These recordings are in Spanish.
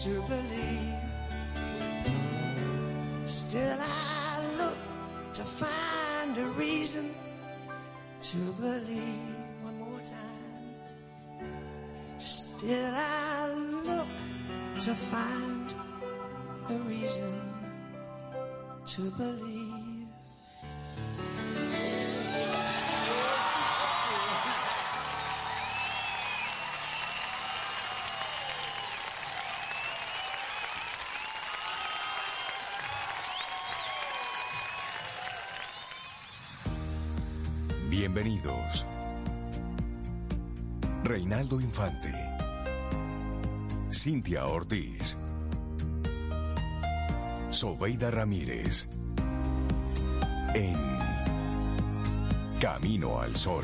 to believe. Still I look to find a reason to believe. One more time. Still I look to find a reason to believe. Bienvenidos. Reinaldo Infante, Cintia Ortiz, Sobeida Ramírez, en Camino al Sol.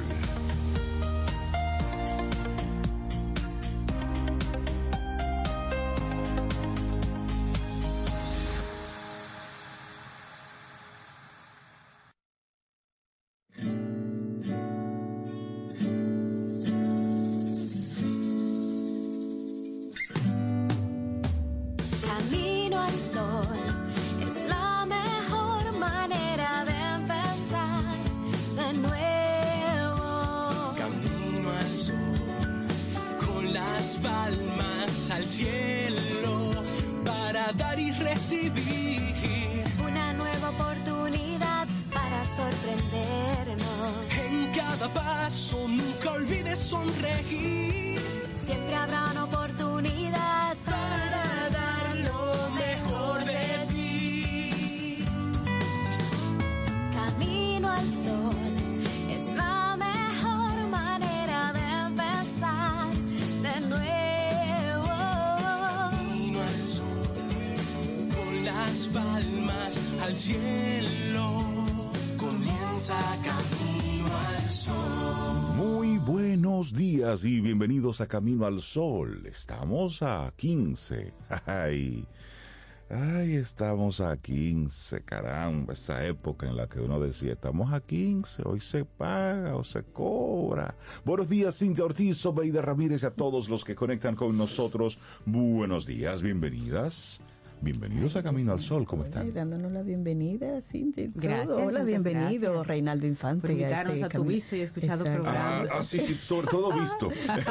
Y bienvenidos a Camino al Sol. Estamos a 15. Ay, estamos a 15, caramba, esa época en la que uno decía, estamos a 15, hoy se paga o se cobra. Buenos días, Cintia Ortiz, Sobeida Ramírez, a todos los que conectan con nosotros. Buenos días, bienvenidas. Bienvenidos a Camino al Sol, ¿cómo están? Dándonos la bienvenida, Cintia. Gracias. Hola, bienvenido, gracias. Reinaldo Infante. Por invitarnos a tu visto y escuchado programa. Sí, sobre todo visto.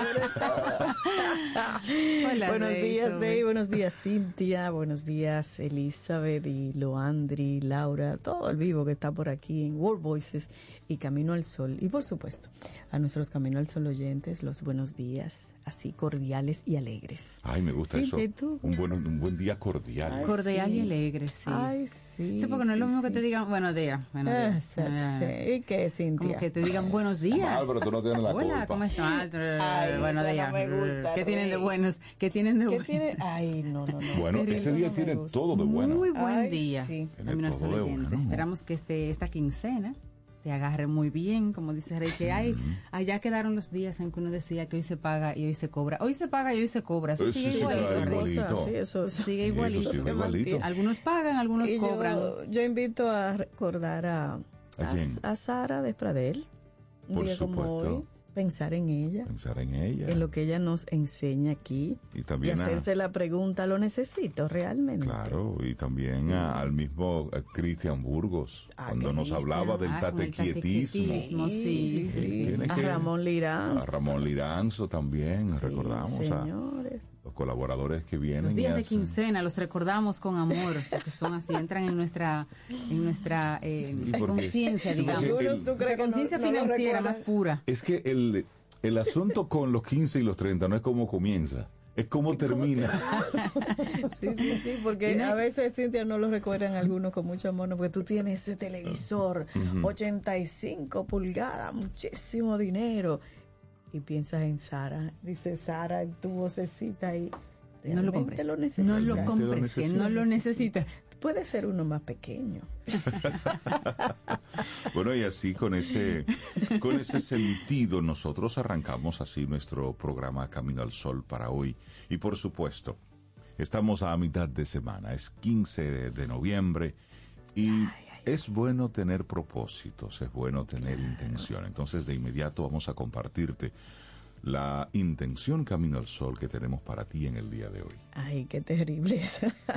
Hola, buenos días, Rey, buenos días, Cintia, buenos días, Elizabeth y Loandri, Laura, todo el vivo que está por aquí en World Voices y Camino al Sol. Y por supuesto, a nuestros Camino al Sol oyentes, los buenos días, así cordiales y alegres. Ay, me gusta Cintia, eso. Un buen día cordial. Ay, cordial sí. y alegre, sí. Ay, sí. Sí, porque no es lo mismo que te digan buenos días. Sí. ¿Y qué, Cintia? Como que te digan buenos días. Álvaro, tú no tienes la Hola, culpa. ¿cómo están? Ay, Buenos días. no me gusta, ¿Qué tienen de Rey. buenos? ¿Qué tienen de buenos? Ay, no. Bueno, Pero este eso día no me tiene gusta. todo de bueno. Muy buen Ay, día. sí. Tiene todo de bueno. Esperamos que esta quincena te agarre muy bien, como dice Rey, que allá quedaron los días en que uno decía que hoy se paga y hoy se cobra. Hoy se paga y hoy se cobra. Eso sigue Sí, igualito. claro, Rey. igualito. Sí, eso Sigue igualito. Eso sigue igualito. Algunos pagan, algunos Y cobran. Yo invito a recordar ¿A quién? a Sara Despradel, un Por día como supuesto. hoy, pensar en ella, En lo que ella nos enseña aquí, Y también hacerse la pregunta, ¿lo necesito realmente? Claro, y también al mismo Cristian Burgos, cuando nos Cristian. hablaba del Con el tatequietismo. sí. Tiene A que- Ramón Liranz. A Ramón Liranzo también, Sí, recordamos señores. los colaboradores que vienen. Los días y de hacen- quincena los recordamos con amor, porque son así, entran en nuestra porque- conciencia, sí, porque digamos. el- Algunos tú crees que Conciencia no lo financiera recuerdan. más pura. Es que el asunto con los 15 y los 30 no es cómo comienza, es cómo termina. Sí, porque a veces, Cintia, no lo recuerdan algunos con mucho amor, ¿no? Porque tú tienes ese televisor, 85 pulgadas, muchísimo dinero, y piensas en Sara, dice Sara, tu vocecita ahí. No lo compres. ¿Realmente necesitas? No lo compres, que no lo necesitas. Puede ser uno más pequeño. Bueno, y así con ese sentido nosotros arrancamos así nuestro programa Camino al Sol para hoy. Y por supuesto, estamos a mitad de semana, es 15 de noviembre y es bueno tener propósitos, es bueno tener intención. Entonces de inmediato vamos a compartirte la intención Camino al Sol que tenemos para ti en el día de hoy. Ay, qué terrible es.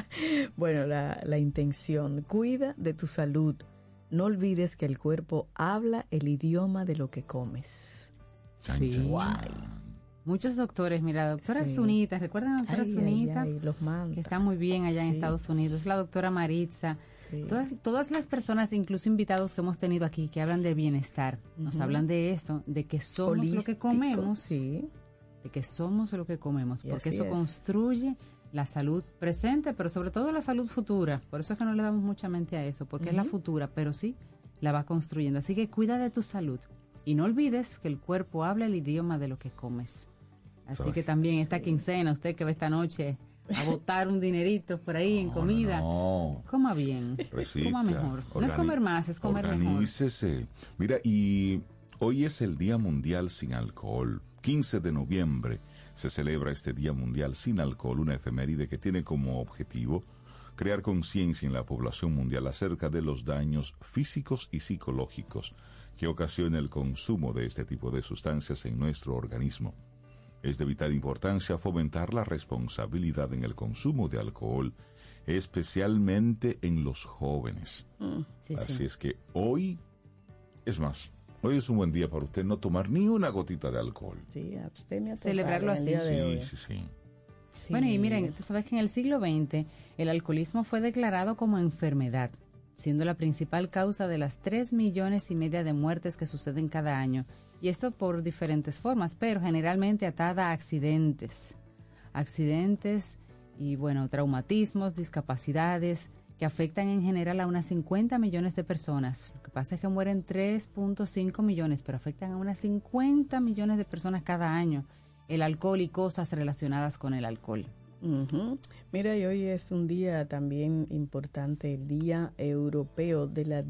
Bueno, la intención, cuida de tu salud. No olvides que el cuerpo habla el idioma de lo que comes. Chan, Sí. chan, Guay. chan. Muchos doctores, mira, la doctora Sí. Zunita, ¿recuerdan a la doctora Ay, Zunita? ay, los manda. Que está muy bien allá en Sí. Estados Unidos, la doctora Maritza, Sí. todas las personas, incluso invitados que hemos tenido aquí, que hablan de bienestar, nos hablan de eso, de que somos lo que Holístico, comemos, Sí. de que somos lo que comemos, Y porque así eso es. construye la salud presente, pero sobre todo la salud futura. Por eso es que no le damos mucha mente a eso, porque es la futura, pero sí la va construyendo. Así que cuida de tu salud y no olvides que el cuerpo habla el idioma de lo que comes. Así Soy- que también esta quincena, usted que va esta noche a botar un dinerito por ahí en comida, No, coma bien, recita, coma mejor. No es comer más, es comer mejor. Organícese. Mira, y hoy es el Día Mundial sin Alcohol. 15 de noviembre se celebra este Día Mundial sin Alcohol, una efeméride que tiene como objetivo crear conciencia en la población mundial acerca de los daños físicos y psicológicos que ocasiona el consumo de este tipo de sustancias en nuestro organismo. Es de vital importancia fomentar la responsabilidad en el consumo de alcohol, especialmente en los jóvenes. Sí, Así sí. es que hoy, es más, hoy es un buen día para usted no tomar ni una gotita de alcohol. Sí, abstemia total Celebrarlo en el así. día de hoy. Sí. Sí. Bueno, y miren, tú sabes que en el siglo XX el alcoholismo fue declarado como enfermedad, siendo la principal causa de las 3,5 millones de muertes que suceden cada año. Y esto por diferentes formas, pero generalmente atada a accidentes. Accidentes y, bueno, traumatismos, discapacidades que afectan en general a unas 50 millones de personas. Lo que pasa es que mueren 3,5 millones, pero afectan a unas 50 millones de personas cada año. El alcohol y cosas relacionadas con el alcohol. Ujú. Mira, y hoy es un día también importante, el Día Europeo de la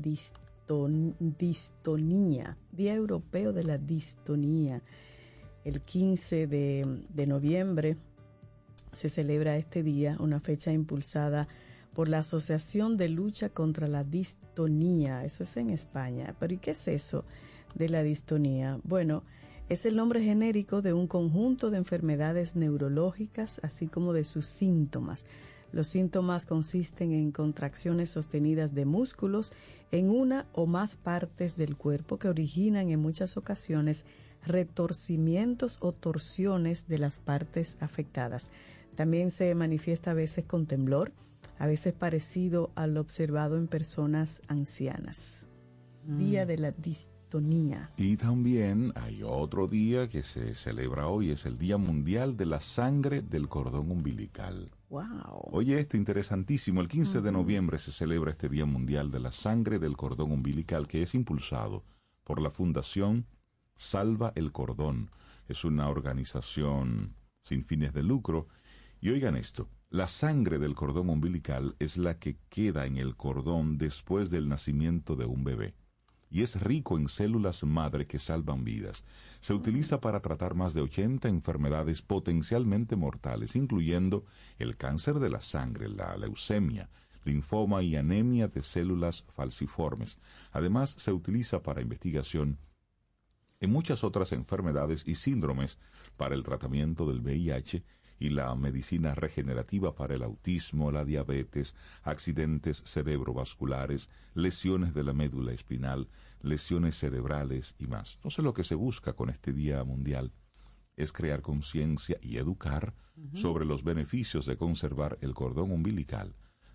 Distonía. Día Europeo de la Distonía. El 15 de noviembre se celebra este día, una fecha impulsada por la Asociación de Lucha contra la Distonía. Eso es en España. Pero ¿y qué es eso de la distonía? Bueno, es el nombre genérico de un conjunto de enfermedades neurológicas, así como de sus síntomas. Los síntomas consisten en contracciones sostenidas de músculos en una o más partes del cuerpo que originan en muchas ocasiones retorcimientos o torsiones de las partes afectadas. También se manifiesta a veces con temblor, a veces parecido al observado en personas ancianas. Día de la distonía. Y también hay otro día que se celebra hoy, es el Día Mundial de la Sangre del Cordón Umbilical. ¡Wow! Oye, esto interesantísimo, el 15 de noviembre se celebra este Día Mundial de la Sangre del Cordón Umbilical, que es impulsado por la Fundación Salva el Cordón. Es una organización sin fines de lucro. Y oigan esto, la sangre del cordón umbilical es la que queda en el cordón después del nacimiento de un bebé. Y es rico en células madre que salvan vidas. Se utiliza para tratar más de 80 enfermedades potencialmente mortales, incluyendo el cáncer de la sangre, la leucemia, linfoma y anemia de células falciformes. Además, se utiliza para investigación en muchas otras enfermedades y síndromes, para el tratamiento del VIH y la medicina regenerativa para el autismo, la diabetes, accidentes cerebrovasculares, lesiones de la médula espinal, lesiones cerebrales y más. Entonces, lo que se busca con este Día Mundial es crear conciencia y educar sobre los beneficios de conservar el cordón umbilical.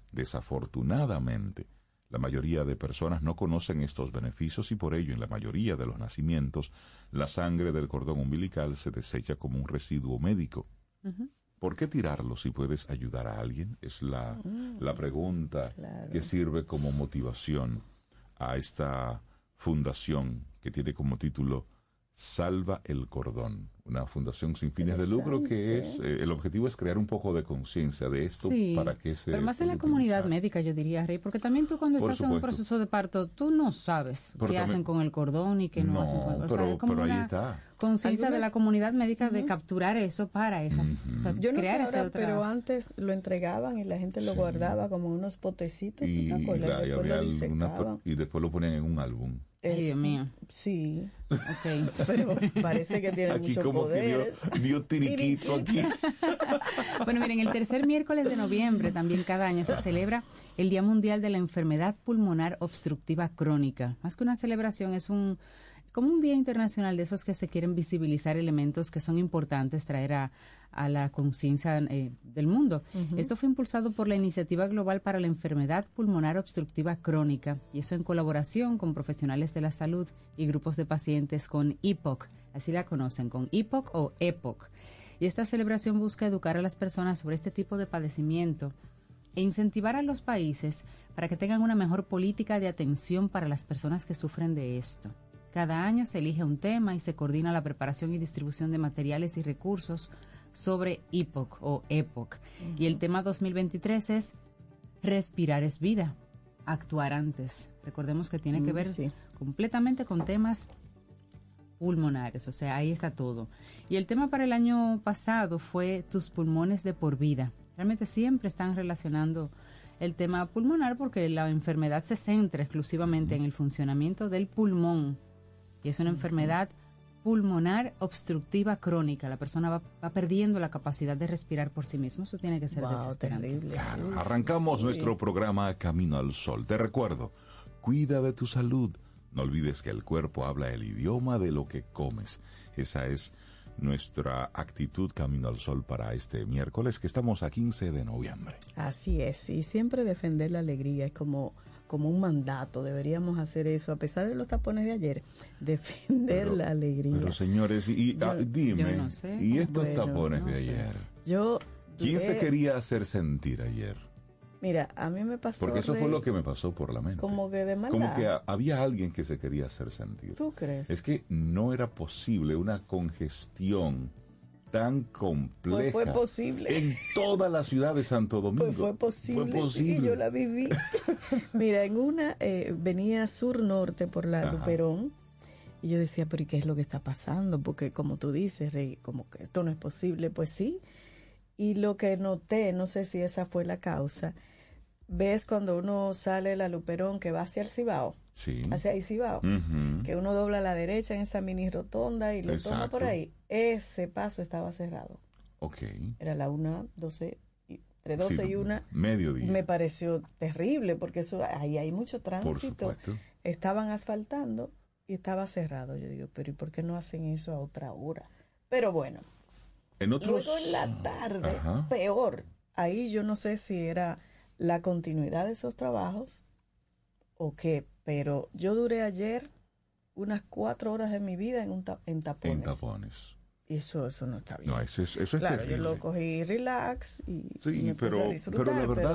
Desafortunadamente, la mayoría de personas no conocen estos beneficios y por ello en la mayoría de los nacimientos la sangre del cordón umbilical se desecha como un residuo médico. ¿Por qué tirarlo si puedes ayudar a alguien? Es la pregunta que sirve como motivación a esta fundación que tiene como título Salva el Cordón, una fundación sin fines de lucro que es, el objetivo es crear un poco de conciencia de esto Sí, para que se pero más en la pueda comunidad utilizar. médica, yo diría, Rey, porque también tú cuando Por estás en un supuesto. proceso de parto, tú no sabes Pero qué también- hacen con el cordón y qué no, No, hacen con el pero- como pero ahí una está. conciencia de la Algunas- comunidad médica de capturar eso para esas, o sea, Yo no sé crear esa ahora, otra... pero antes lo entregaban y la gente lo guardaba como unos potecitos, ¿tú Y, te acuerdas? y Después había lo disecaban. y después lo ponían en un álbum. Ay, Dios mío. Sí, Ok. pero parece que tiene Aquí mucho como poder. que dio tiriquito aquí. Bueno, miren, el tercer miércoles de noviembre, también cada año, se celebra el Día Mundial de la Enfermedad Pulmonar Obstructiva Crónica. Más que una celebración, es como un día internacional de esos que se quieren visibilizar elementos que son importantes, traer a la conciencia del mundo. Esto fue impulsado por la Iniciativa Global para la Enfermedad Pulmonar Obstructiva Crónica, y eso en colaboración con profesionales de la salud y grupos de pacientes con EPOC, así la conocen, con EPOC o EPOC. Y esta celebración busca educar a las personas sobre este tipo de padecimiento e incentivar a los países para que tengan una mejor política de atención para las personas que sufren de esto. Cada año se elige un tema y se coordina la preparación y distribución de materiales y recursos sobre EPOC o EPOC. Y el tema 2023 es Respirar es vida, actuar antes. Recordemos que tiene que ver completamente con temas pulmonares, o sea, ahí está todo. Y el tema para el año pasado fue Tus pulmones de por vida. Realmente siempre están relacionando el tema pulmonar porque la enfermedad se centra exclusivamente en el funcionamiento del pulmón. Y es una enfermedad pulmonar obstructiva crónica. La persona va perdiendo la capacidad de respirar por sí mismo. Eso tiene que ser desesperante. Terrible. Claro, arrancamos nuestro programa Camino al Sol. Te recuerdo, cuida de tu salud. No olvides que el cuerpo habla el idioma de lo que comes. Esa es nuestra actitud Camino al Sol para este miércoles, que estamos a 15 de noviembre. Así es, y siempre defender la alegría es como un mandato, deberíamos hacer eso, a pesar de los tapones de ayer, defender la alegría. Pero señores, dime, yo no sé. ¿y estos Bueno, tapones no de sé. ayer? ¿Quién se quería hacer sentir ayer? Mira, a mí me pasó. Porque eso fue lo que me pasó por la mente. Como que de maldad. Como que había alguien que se quería hacer sentir. ¿Tú crees? Es que no era posible una congestión tan compleja. Pues fue posible. En toda la ciudad de Santo Domingo. Pues fue posible. Fue posible. Y yo la viví. Mira, en una venía sur-norte por la Luperón. Y yo decía, pero ¿y qué es lo que está pasando? Porque como tú dices, Rey, como que esto no es posible. Pues sí. Y lo que noté, no sé si esa fue la causa, ves cuando uno sale de la Luperón que va hacia el Cibao, hacia el Cibao, que uno dobla a la derecha en esa mini rotonda y lo toma por ahí. Ese paso estaba cerrado. Era la 1:12, entre 12 y 1. Mediodía. Me pareció terrible porque eso ahí hay mucho tránsito. Por supuesto. Estaban asfaltando y estaba cerrado. Yo digo, pero ¿y por qué no hacen eso a otra hora? Pero bueno. Luego en la tarde, peor. Ahí yo no sé si era la continuidad de esos trabajos o qué, pero yo duré ayer unas 4 horas de mi vida en tapones. En tapones. Y eso no está bien. No, eso es claro, terrible. yo lo cogí relax y me pero, puse a disfrutar. Pero la verdad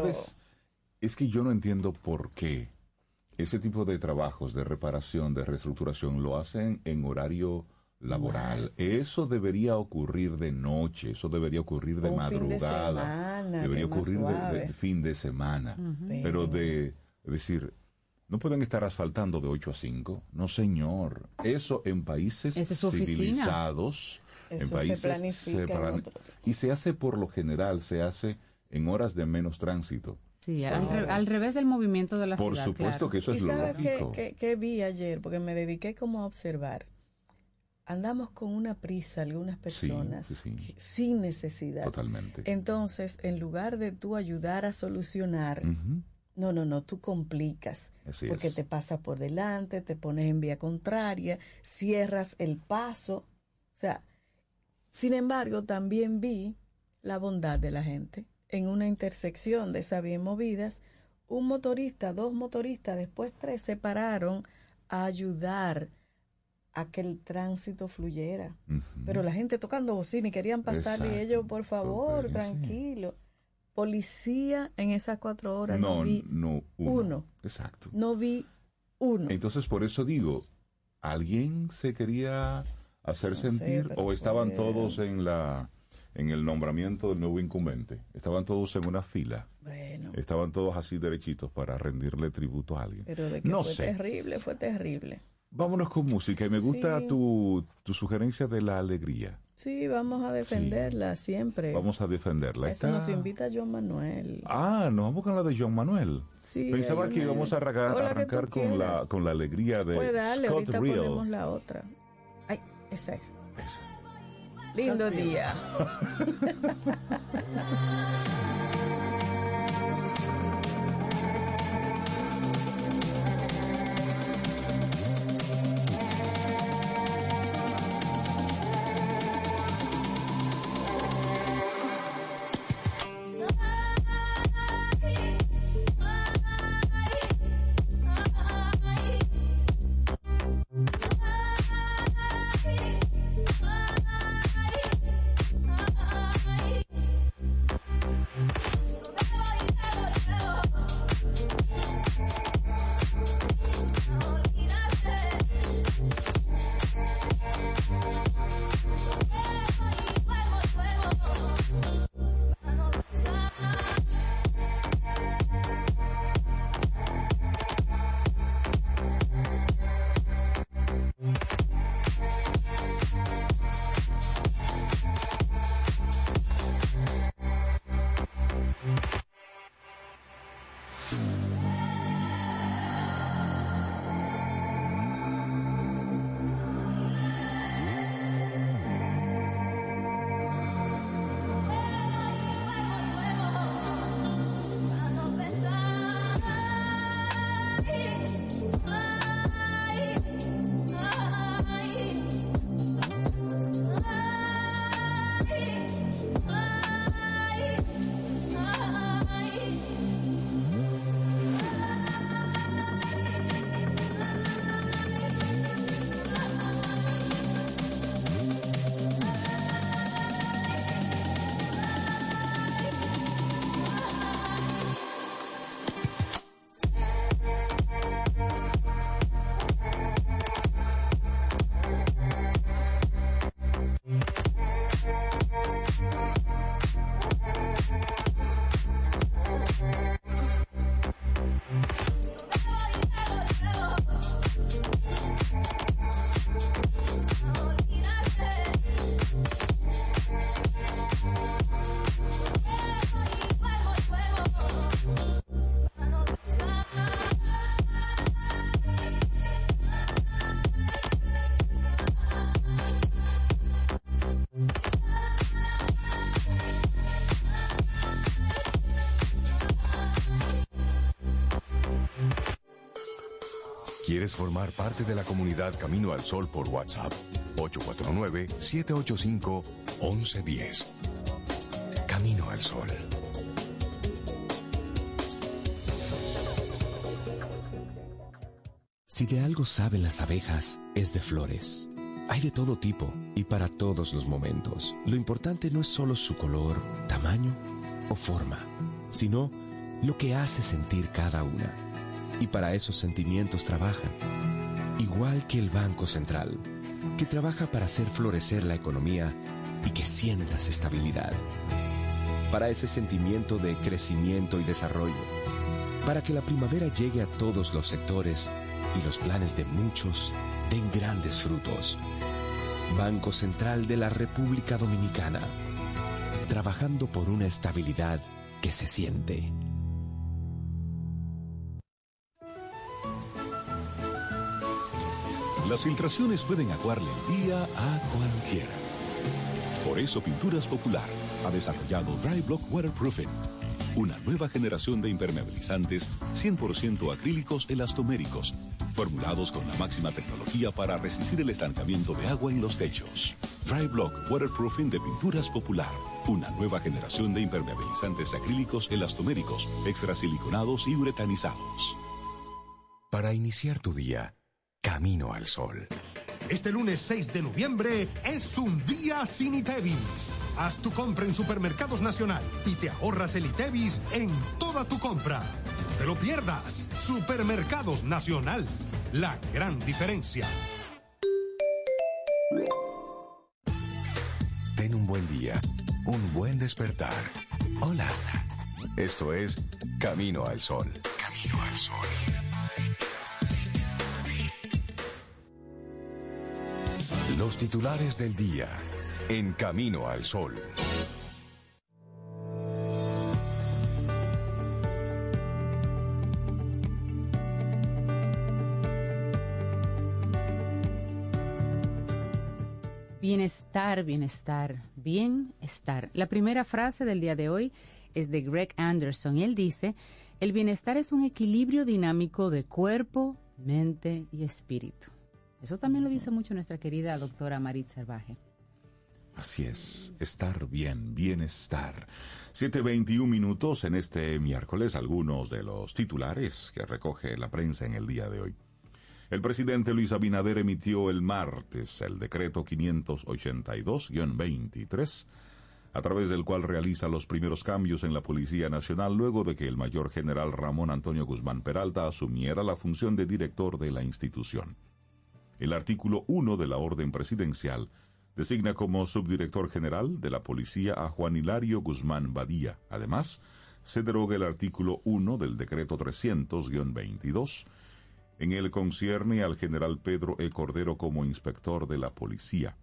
es que yo no entiendo por qué ese tipo de trabajos de reparación, de reestructuración, lo hacen en horario laboral. Eso debería ocurrir de noche, eso debería ocurrir de madrugada, debería ocurrir de fin de semana. Pero de decir, no pueden estar asfaltando de 8 a 5. No, señor. Eso en países civilizados, en países y se hace por lo general, se hace en horas de menos tránsito. Sí, al revés del movimiento de la ciudad. Por supuesto que eso es lo lógico. ¿Qué vi ayer? Porque me dediqué como a observar. Andamos con una prisa algunas personas sin necesidad. Totalmente. Entonces, en lugar de tú ayudar a solucionar, no, tú complicas. Porque te pasas por delante, te pones en vía contraria, cierras el paso. O sea, sin embargo, también vi la bondad de la gente. En una intersección de esas bien movidas, un motorista, 2 motoristas, después 3 se pararon a ayudar a que el tránsito fluyera. Pero la gente tocando bocina y querían pasar y ellos, por favor, tranquilo. Policía en esas 4 horas no vi uno. Exacto. No vi uno. Entonces, por eso digo, ¿alguien se quería hacer sentir o estaban todos en el nombramiento del nuevo incumbente? Estaban todos en una fila. Bueno. Estaban todos así derechitos para rendirle tributo a alguien. Pero de que fue terrible. Vámonos con música y me gusta tu sugerencia de la alegría. Sí, vamos a defenderla siempre. Vamos a defenderla. Eso nos invita Joan Manuel. Nos vamos con la de Joan Manuel. Sí, Pensaba que íbamos a arrancar con la alegría de pues dale, Scott ahorita Real. ponemos la otra. Ay, esa es. Lindo día. ¿Quieres formar parte de la comunidad Camino al Sol por WhatsApp? 849-785-1110. Camino al Sol. Si de algo saben las abejas, es de flores. Hay de todo tipo y para todos los momentos. Lo importante no es solo su color, tamaño o forma, sino lo que hace sentir cada una. Y para esos sentimientos trabajan. Igual que el Banco Central, que trabaja para hacer florecer la economía y que sientas estabilidad. Para ese sentimiento de crecimiento y desarrollo. Para que la primavera llegue a todos los sectores y los planes de muchos den grandes frutos. Banco Central de la República Dominicana. Trabajando por una estabilidad que se siente. Las filtraciones pueden aguarle el día a cualquiera. Por eso Pinturas Popular ha desarrollado Dry Block Waterproofing, una nueva generación de impermeabilizantes 100% acrílicos elastoméricos, formulados con la máxima tecnología para resistir el estancamiento de agua en los techos. Dry Block Waterproofing de Pinturas Popular, una nueva generación de impermeabilizantes acrílicos elastoméricos, extrasiliconados y uretanizados. Para iniciar tu día, Camino al Sol. Este lunes 6 de noviembre es un día sin ITEVIS. Haz tu compra en Supermercados Nacional y te ahorras el ITEVIS en toda tu compra. No te lo pierdas. Supermercados Nacional. La gran diferencia. Ten un buen día, un buen despertar. Hola. Esto es Camino al Sol. Camino al Sol. Los titulares del día en Camino al Sol. Bienestar, bienestar, bienestar. La primera frase del día de hoy es de Greg Anderson y él dice: el bienestar es un equilibrio dinámico de cuerpo, mente y espíritu. Eso también lo dice mucho nuestra querida doctora Marit Servaje. Así es, estar bien, bienestar. 7:21 minutos en este miércoles, algunos de los titulares que recoge la prensa en el día de hoy. El presidente Luis Abinader emitió el martes el decreto 582-23, a través del cual realiza los primeros cambios en la Policía Nacional luego de que el mayor general Ramón Antonio Guzmán Peralta asumiera la función de director de la institución. El artículo 1 de la orden presidencial designa como subdirector general de la Policía a Juan Hilario Guzmán Badía. Además, se deroga el artículo 1 del decreto 300-22, en el concierne al general Pedro E. Cordero como inspector de la policía.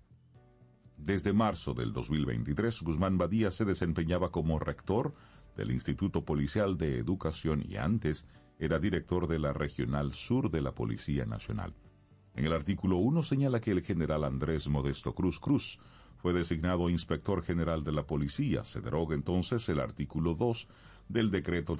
Desde marzo del 2023, Guzmán Badía se desempeñaba como rector del Instituto Policial de Educación y antes era director de la Regional Sur de la Policía Nacional. En el artículo 1 señala que el general Andrés Modesto Cruz Cruz fue designado inspector general de la policía. Se deroga entonces el artículo 2 del decreto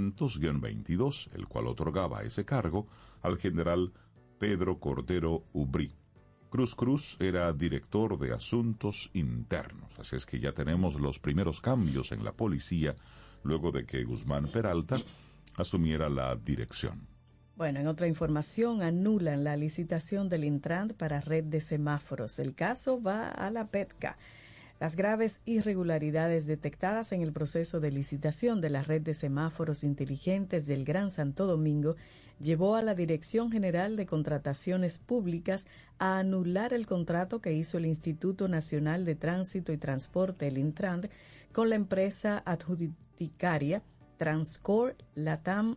300-22, el cual otorgaba ese cargo al general Pedro Cordero Ubrí. Cruz Cruz era director de Asuntos Internos, así es que ya tenemos los primeros cambios en la policía luego de que Guzmán Peralta asumiera la dirección. Bueno, en otra información, anulan la licitación del Intran para red de semáforos. El caso va a la PETCA. Las graves irregularidades detectadas en el proceso de licitación de la red de semáforos inteligentes del Gran Santo Domingo llevó a la Dirección General de Contrataciones Públicas a anular el contrato que hizo el Instituto Nacional de Tránsito y Transporte, el Intran, con la empresa adjudicaria Transcor Latam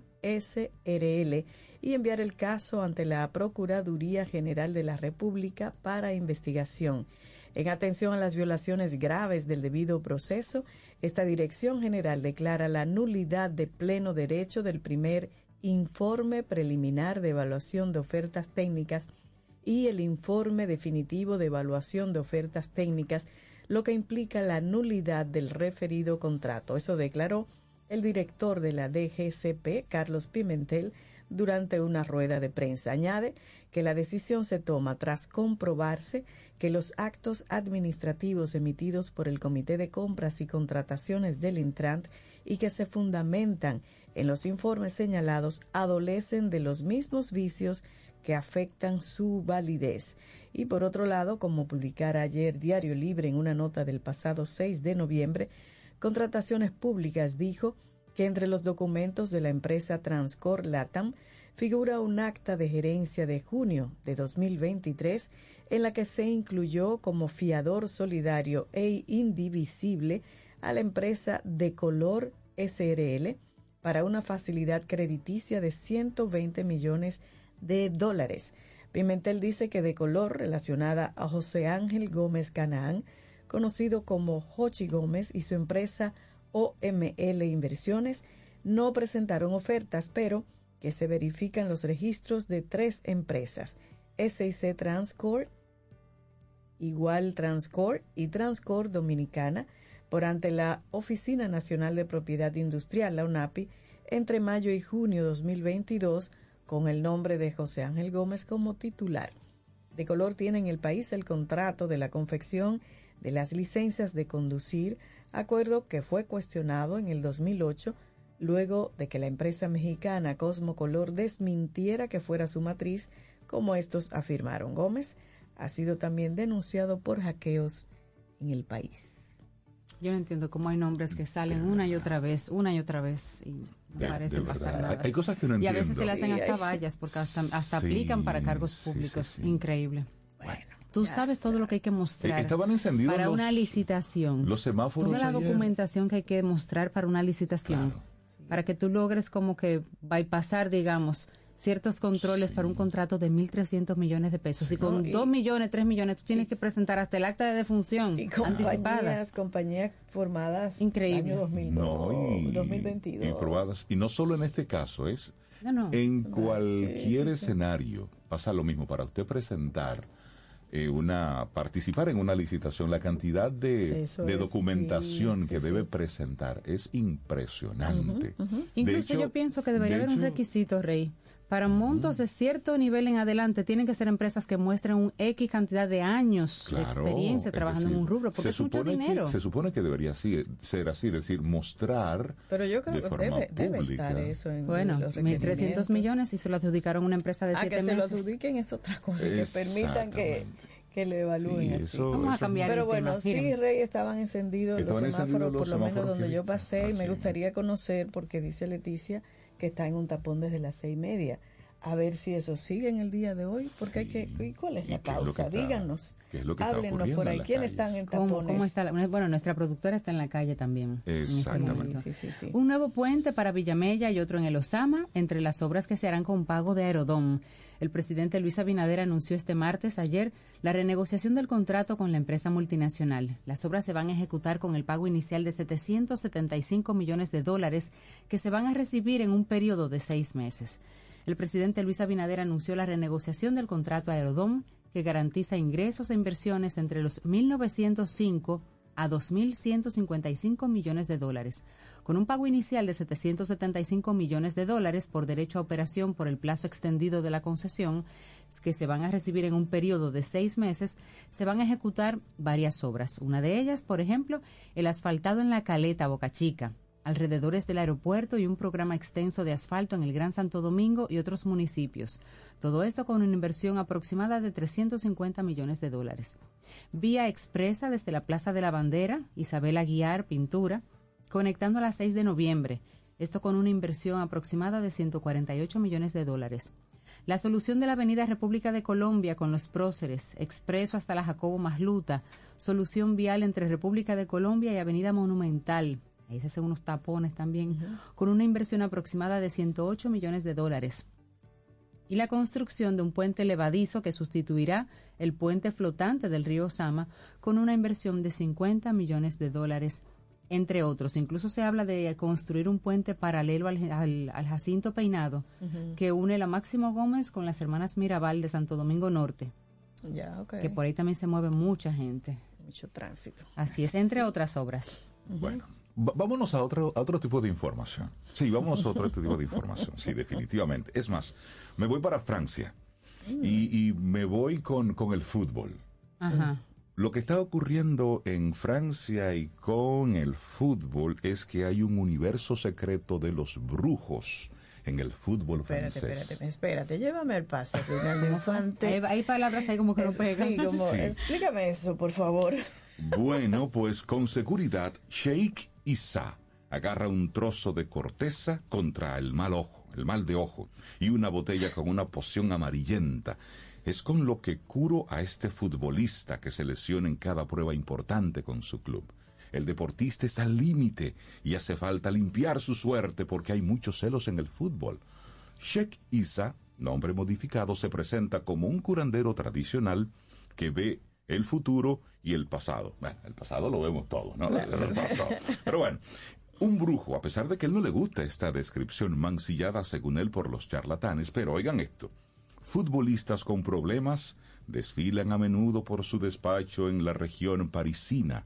SRL y enviar el caso ante la Procuraduría General de la República para investigación. En atención a las violaciones graves del debido proceso, esta Dirección General declara la nulidad de pleno derecho del primer informe preliminar de evaluación de ofertas técnicas y el informe definitivo de evaluación de ofertas técnicas, lo que implica la nulidad del referido contrato. Eso declaró el director de la DGCP, Carlos Pimentel, durante una rueda de prensa. Añade que la decisión se toma tras comprobarse que los actos administrativos emitidos por el Comité de Compras y Contrataciones del Intran y que se fundamentan en los informes señalados adolecen de los mismos vicios que afectan su validez. Y por otro lado, como publicara ayer Diario Libre en una nota del pasado 6 de noviembre, Contrataciones Públicas dijo que entre los documentos de la empresa Transcor Latam figura un acta de gerencia de junio de 2023 en la que se incluyó como fiador solidario e indivisible a la empresa Decolor SRL para una facilidad crediticia de $120 millones. Pimentel dice que Decolor, relacionada a José Ángel Gómez Canaán, conocido como Jochi Gómez, y su empresa OML Inversiones, no presentaron ofertas, pero que se verifican los registros de 3 empresas, SIC Transcor, igual Transcor y Transcor Dominicana, por ante la Oficina Nacional de Propiedad Industrial, la ONAPI, entre mayo y junio de 2022, con el nombre de José Ángel Gómez como titular. Decolor tiene en el país el contrato de la confección de las licencias de conducir, acuerdo que fue cuestionado en el 2008, luego de que la empresa mexicana Cosmocolor desmintiera que fuera su matriz, como estos afirmaron. Gómez ha sido también denunciado por hackeos en el país. Yo no entiendo cómo hay nombres que salen una y otra vez, y no parece pasar nada. Hay cosas que no entiendo. Y a veces se le hacen hasta vallas, porque hasta aplican para cargos públicos. Sí. Increíble. Bueno, tú sabes todo lo que hay que mostrar estaban encendidos para una licitación. Los semáforos. Toda la documentación que hay que mostrar para una licitación. Claro. Para que tú logres como que bypassar, digamos, ciertos controles para un contrato de 1.300 millones de pesos. Y con 2 millones, 3 millones, tú tienes que presentar hasta el acta de defunción y anticipada. Compañías formadas increíble. En el año 2022. Y probadas. Y no solo en este caso, en cualquier escenario pasa lo mismo. Para usted presentar participar en una licitación, la cantidad de documentación que debe presentar es impresionante. Incluso yo pienso que debería haber un requisito, Rey. Para montos de cierto nivel en adelante, tienen que ser empresas que muestren un X cantidad de años de experiencia trabajando en un rubro, porque es mucho dinero. Se supone que debería ser así, es decir, mostrar. Pero yo creo que debe estar eso en los requerimientos. 1.300 millones y se lo adjudicaron a una empresa de 7 meses. Que se lo adjudiquen es otra cosa, que permitan que le evalúen así. Vamos a cambiar Pero el bueno, tema. Sí, Rey, estaban encendidos los semáforos, por lo menos donde yo pasé, y me gustaría conocer, porque dice Leticia que está en un tapón desde las 6:30. A ver si eso sigue en el día de hoy, porque hay que... ¿Cuál es la causa? Díganos, háblenos por ahí. ¿Quiénes están en tapones? ¿Cómo está? Bueno, nuestra productora está en la calle también. Exactamente. Sí. Un nuevo puente para Villamella y otro en el Osama, entre las obras que se harán con pago de Aerodom. El presidente Luis Abinader anunció este martes, ayer, la renegociación del contrato con la empresa multinacional. Las obras se van a ejecutar con el pago inicial de $775 millones que se van a recibir en un periodo de 6 meses. El presidente Luis Abinader anunció la renegociación del contrato Aerodom, que garantiza ingresos e inversiones entre los 1.905 a 2.155 millones de dólares, con un pago inicial de $775 millones por derecho a operación por el plazo extendido de la concesión, que se van a recibir en un periodo de 6 meses. Se van a ejecutar varias obras. Una de ellas, por ejemplo, el asfaltado en La Caleta, Boca Chica, alrededores del aeropuerto, y un programa extenso de asfalto en el Gran Santo Domingo y otros municipios. Todo esto con una inversión aproximada de $350 millones. Vía expresa desde la Plaza de la Bandera, Isabel Aguiar, Pintura, conectando a las 6 de noviembre. Esto con una inversión aproximada de $148 millones. La solución de la Avenida República de Colombia con los próceres, expreso hasta la Jacobo Masluta, solución vial entre República de Colombia y Avenida Monumental. Ahí se hacen unos tapones también, con una inversión aproximada de $108 millones. Y la construcción de un puente levadizo que sustituirá el puente flotante del río Osama, con una inversión de $50 millones, entre otros. Incluso se habla de construir un puente paralelo al Jacinto Peinado, que une la Máximo Gómez con las Hermanas Mirabal de Santo Domingo Norte. Que por ahí también se mueve mucha gente. Mucho tránsito. Así es, entre otras obras. Bueno. Vámonos a otro tipo de información. Sí, vámonos a otro tipo de información. Sí, definitivamente. Es más, me voy para Francia y me voy con el fútbol. Ajá. Lo que está ocurriendo en Francia y con el fútbol es que hay un universo secreto de los brujos en el fútbol francés. Espérate, llévame al paso, Rinaldo Infante. Hay palabras ahí como que no pegan. Sí, explícame eso, por favor. Bueno, pues con seguridad, Sheikh Issa agarra un trozo de corteza contra el mal de ojo, y una botella con una poción amarillenta. Es con lo que curo a este futbolista que se lesiona en cada prueba importante con su club. El deportista está al límite y hace falta limpiar su suerte porque hay muchos celos en el fútbol. Sheikh Issa, nombre modificado, se presenta como un curandero tradicional que ve el futuro y el pasado. Bueno, el pasado lo vemos todos, ¿no? El pasado. Pero bueno, un brujo, a pesar de que él no le gusta esta descripción mancillada según él por los charlatanes, pero oigan esto. Futbolistas con problemas desfilan a menudo por su despacho en la región parisina.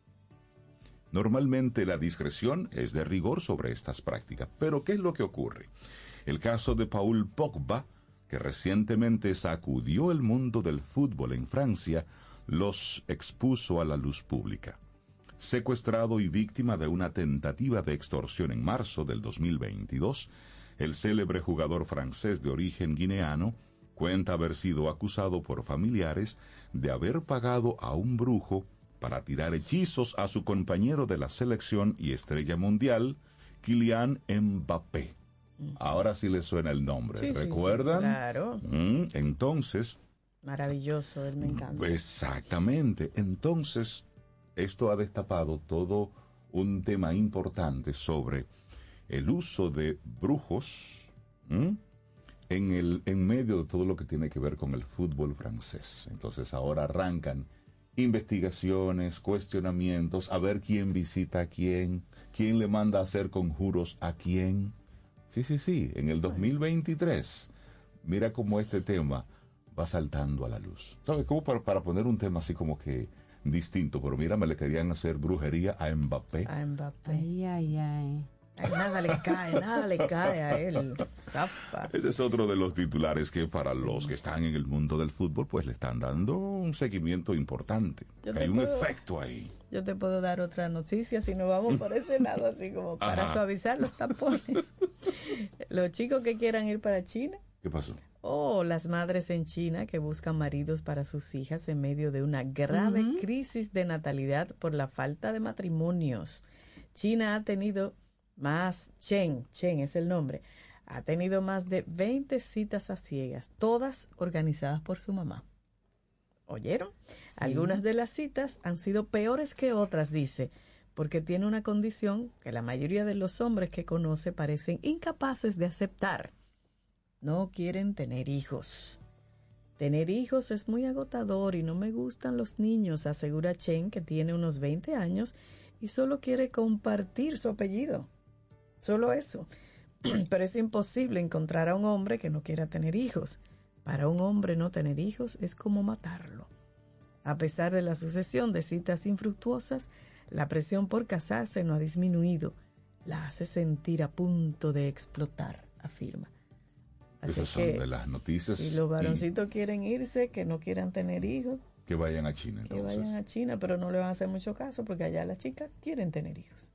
Normalmente la discreción es de rigor sobre estas prácticas, pero ¿qué es lo que ocurre? El caso de Paul Pogba, que recientemente sacudió el mundo del fútbol en Francia, los expuso a la luz pública. Secuestrado y víctima de una tentativa de extorsión en marzo del 2022, el célebre jugador francés de origen guineano cuenta haber sido acusado por familiares de haber pagado a un brujo para tirar hechizos a su compañero de la selección y estrella mundial, Kylian Mbappé. Ahora sí le suena el nombre, sí, ¿recuerdan? Sí, claro. Entonces... Maravilloso, él me encanta. Exactamente. Entonces, esto ha destapado todo un tema importante sobre el uso de brujos en medio de todo lo que tiene que ver con el fútbol francés. Entonces ahora arrancan investigaciones, cuestionamientos, a ver quién visita a quién le manda a hacer conjuros a quién. Sí, en el 2023. Mira cómo este tema va saltando a la luz. ¿Sabes? Como para poner un tema así como que distinto, pero mira, me le querían hacer brujería a Mbappé. A Mbappé. Ay, ay, ay. Ay, nada le cae a él. Zafa. Ese es otro de los titulares que para los que están en el mundo del fútbol, pues le están dando un seguimiento importante. Hay un efecto ahí. Yo te puedo dar otra noticia si nos vamos por ese lado, así como para suavizar los tapones. Los chicos que quieran ir para China. ¿Qué pasó? Las madres en China que buscan maridos para sus hijas en medio de una grave crisis de natalidad por la falta de matrimonios. China ha tenido Chen es el nombre, ha tenido más de 20 citas a ciegas, todas organizadas por su mamá. ¿Oyeron? Sí. Algunas de las citas han sido peores que otras, dice, porque tiene una condición que la mayoría de los hombres que conoce parecen incapaces de aceptar. No quieren tener hijos. Tener hijos es muy agotador y no me gustan los niños, asegura Chen, que tiene unos 20 años y solo quiere compartir su apellido. Solo eso. Pero es imposible encontrar a un hombre que no quiera tener hijos. Para un hombre no tener hijos es como matarlo. A pesar de la sucesión de citas infructuosas, la presión por casarse no ha disminuido. La hace sentir a punto de explotar, afirma. Así esas son de las noticias. Si los varoncitos quieren irse, que no quieran tener hijos, que vayan a China. Entonces. Que vayan a China, pero no le van a hacer mucho caso porque allá las chicas quieren tener hijos.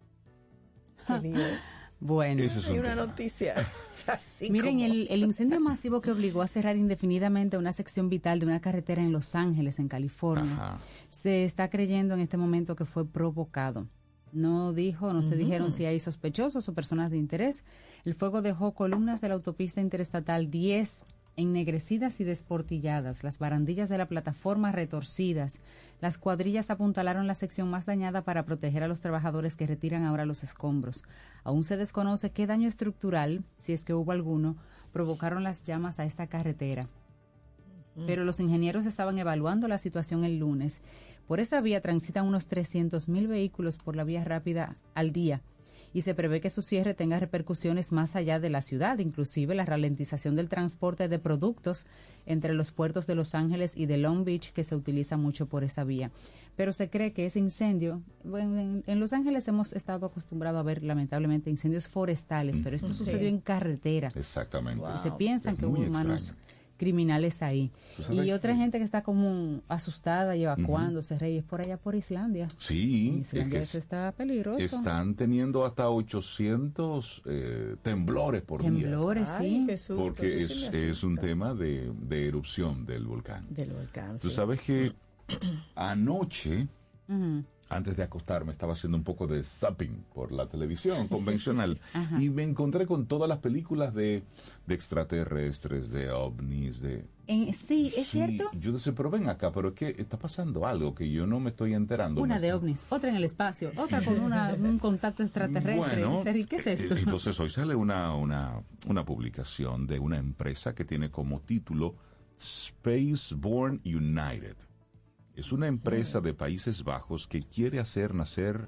Bueno, hay una noticia así. Miren, como... el incendio masivo que obligó a cerrar indefinidamente una sección vital de una carretera en Los Ángeles, en California, se está creyendo en este momento que fue provocado. No se dijeron si hay sospechosos o personas de interés. El fuego dejó columnas de la autopista interestatal 10 ennegrecidas y desportilladas, las barandillas de la plataforma retorcidas. Las cuadrillas apuntalaron la sección más dañada para proteger a los trabajadores que retiran ahora los escombros. Aún se desconoce qué daño estructural, si es que hubo alguno, provocaron las llamas a esta carretera. Pero los ingenieros estaban evaluando la situación el lunes. Por esa vía transitan unos 300,000 vehículos por la vía rápida al día y se prevé que su cierre tenga repercusiones más allá de la ciudad, inclusive la ralentización del transporte de productos entre los puertos de Los Ángeles y de Long Beach, que se utiliza mucho por esa vía. Pero se cree que ese incendio, bueno, en Los Ángeles hemos estado acostumbrados a ver lamentablemente incendios forestales, pero esto sucedió en carretera. Exactamente. Wow. Se piensan que hubo manos criminales ahí. Y otra gente que está como asustada y evacuándose, Reyes, por allá por Islandia. Sí. En Islandia eso está peligroso. Están teniendo hasta 800 temblores por día. Temblores, sí. Porque es un tema de erupción del volcán. Tú sabes que anoche, antes de acostarme, estaba haciendo un poco de zapping por la televisión convencional y me encontré con todas las películas de extraterrestres, de ovnis, sí, ¿es cierto? Yo decía, pero ven acá, pero es que está pasando algo que yo no me estoy enterando. Una de ovnis, otra en el espacio, otra con un contacto extraterrestre. Bueno, ¿Qué es esto? Entonces hoy sale una publicación de una empresa que tiene como título Spaceborne United. Es una empresa de Países Bajos que quiere hacer nacer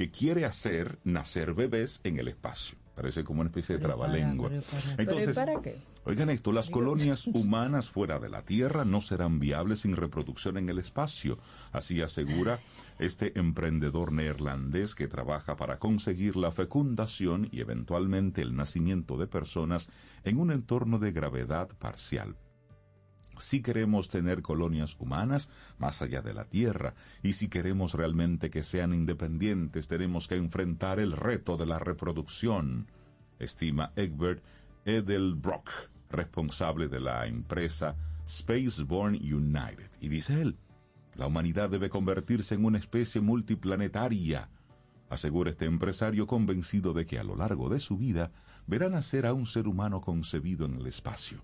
bebés en el espacio. Parece como una especie de trabalengua. Entonces, ¿para qué? Oigan esto, las colonias humanas fuera de la Tierra no serán viables sin reproducción en el espacio. Así asegura este emprendedor neerlandés que trabaja para conseguir la fecundación y eventualmente el nacimiento de personas en un entorno de gravedad parcial. Si queremos tener colonias humanas más allá de la Tierra y si queremos realmente que sean independientes, tenemos que enfrentar el reto de la reproducción, estima Egbert Edelbrock, responsable de la empresa Spaceborne United. Y dice él, la humanidad debe convertirse en una especie multiplanetaria, asegura este empresario convencido de que a lo largo de su vida verá nacer a un ser humano concebido en el espacio.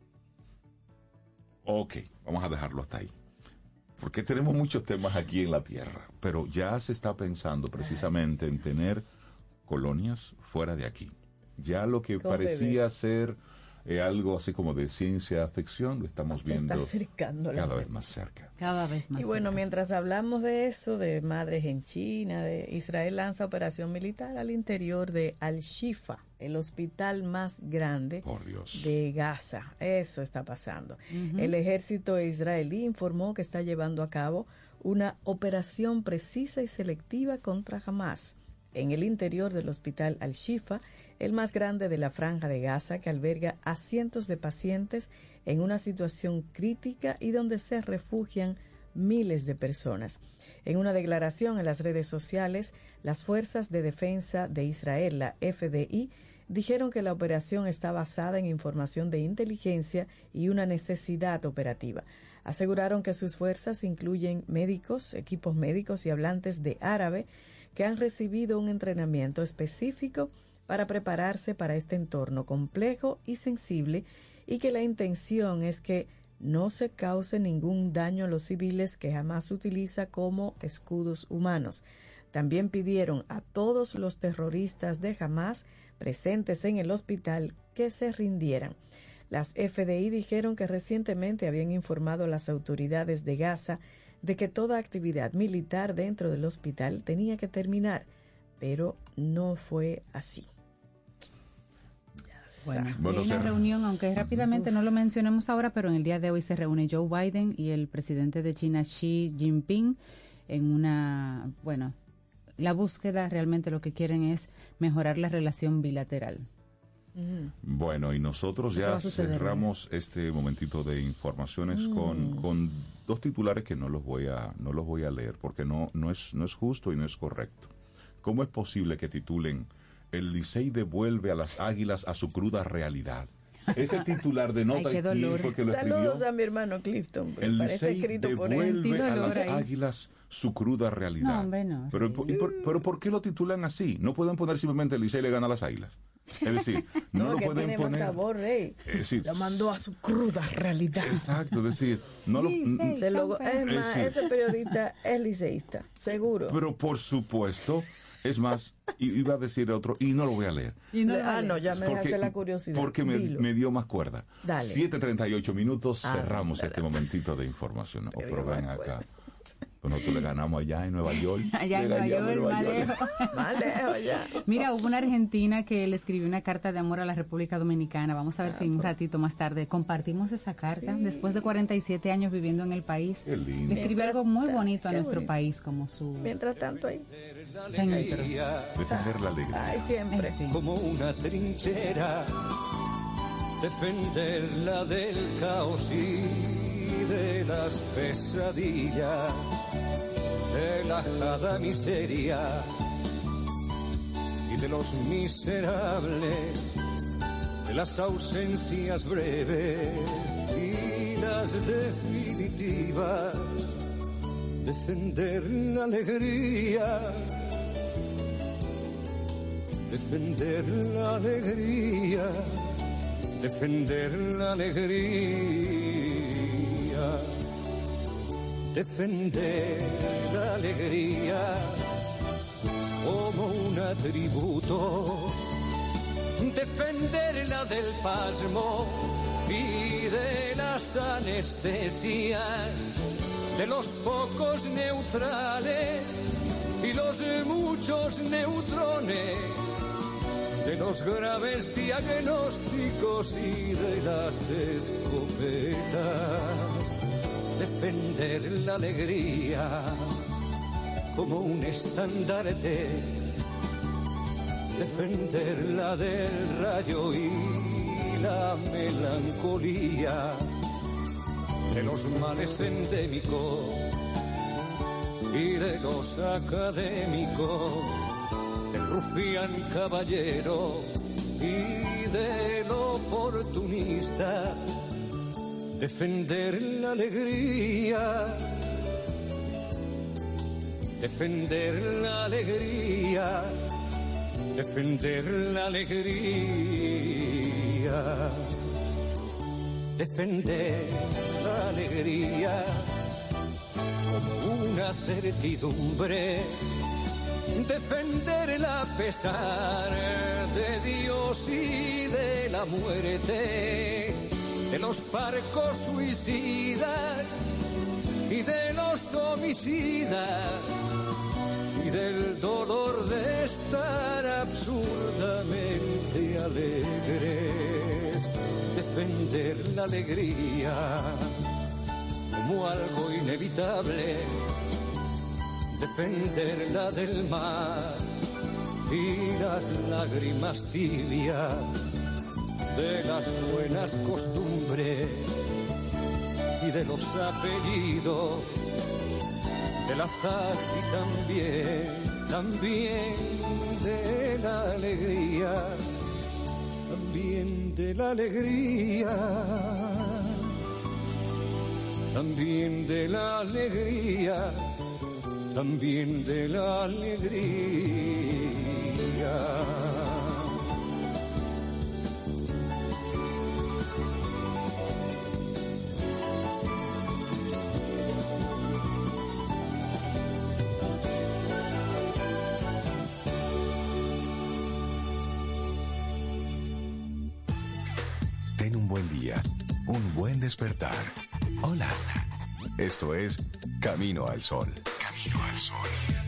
Ok, vamos a dejarlo hasta ahí. Porque tenemos muchos temas aquí en la Tierra, pero ya se está pensando precisamente en tener colonias fuera de aquí. Ya lo que parecía ser algo así como de ciencia ficción, lo estamos viendo cada vez más cerca. Cada vez más. Y bueno, cerca. mientras hablamos de eso, de madres en China, de Israel lanza operación militar al interior de Al-Shifa, el hospital más grande de Gaza. Eso está pasando. El ejército israelí informó que está llevando a cabo una operación precisa y selectiva contra Hamas en el interior del hospital Al-Shifa, el más grande de la franja de Gaza, que alberga a cientos de pacientes en una situación crítica y donde se refugian miles de personas. En una declaración en las redes sociales, las Fuerzas de Defensa de Israel, la FDI, dijeron que la operación está basada en información de inteligencia y una necesidad operativa. Aseguraron que sus fuerzas incluyen médicos, equipos médicos y hablantes de árabe que han recibido un entrenamiento específico para prepararse para este entorno complejo y sensible, y que la intención es que no se cause ningún daño a los civiles que Hamas utiliza como escudos humanos. También pidieron a todos los terroristas de Hamas presentes en el hospital que se rindieran. Las FDI dijeron que recientemente habían informado a las autoridades de Gaza de que toda actividad militar dentro del hospital tenía que terminar, pero no fue así. Bueno, hay una reunión, aunque rápidamente no lo mencionemos ahora, pero en el día de hoy se reúne Joe Biden y el presidente de China, Xi Jinping, en una, bueno, la búsqueda, realmente lo que quieren es mejorar la relación bilateral. Bueno, y nosotros ya cerramos este momentito de informaciones con dos titulares que no los voy a leer porque no es justo y no es correcto. ¿Cómo es posible que titulen "El Licey devuelve a las Águilas a su cruda realidad"? Ese titular denota quién fue que lo escribió. Saludos a mi hermano Clifton. El Licey devuelve a las Águilas su cruda realidad. No, hombre, no. Pero ¿por qué lo titulan así? No pueden poner simplemente "El Licey le gana a las Águilas". Es decir, no lo que pueden tiene poner. Más sabor, Rey. Es decir, lo mandó a su cruda realidad. Exacto, es decir, no lo. Es más, ese periodista es liceísta, seguro. Pero por supuesto, es más, iba a decir otro y no lo voy a leer. No, ya me dejaste la curiosidad. Porque me dio más cuerda. Dale. 7:38 minutos, cerramos este momentito de información. Pero ven acá. Nosotros le ganamos allá en Nueva York. Allá en Nueva York, más lejos ya. Mira, hubo una argentina que le escribió una carta de amor a la República Dominicana. Vamos a ver si un ratito más tarde compartimos esa carta. Sí. Después de 47 años viviendo en el país. Qué lindo. Le escribió algo muy bonito a nuestro país como su... Mientras tanto ahí. Defender la alegría. Ay, siempre. Sí. Como una trinchera, defenderla del caos y de las pesadillas, de la ajada miseria y de los miserables, de las ausencias breves y las definitivas, defender la alegría, defender la alegría, defender la alegría. Defender la alegría como un atributo, defenderla del pasmo y de las anestesias, de los pocos neutrales y los muchos neutrones, de los graves diagnósticos y de las escopetas. Defender la alegría como un estandarte, defenderla del rayo y la melancolía, de los males endémicos y de los académicos, del rufián caballero y del oportunista. Defender la alegría, defender la alegría, defender la alegría, defender la alegría como una certidumbre, defenderla a pesar de Dios y de la muerte, de los parcos suicidas y de los homicidas y del dolor de estar absurdamente alegres, defender la alegría como algo inevitable, defenderla del mar y las lágrimas tibias, de las buenas costumbres y de los apellidos, del azar y también de la alegría, también de la alegría, también de la alegría, también de la alegría. Ten un buen día, un buen despertar. Hola. Esto es Camino al Sol. Camino al Sol.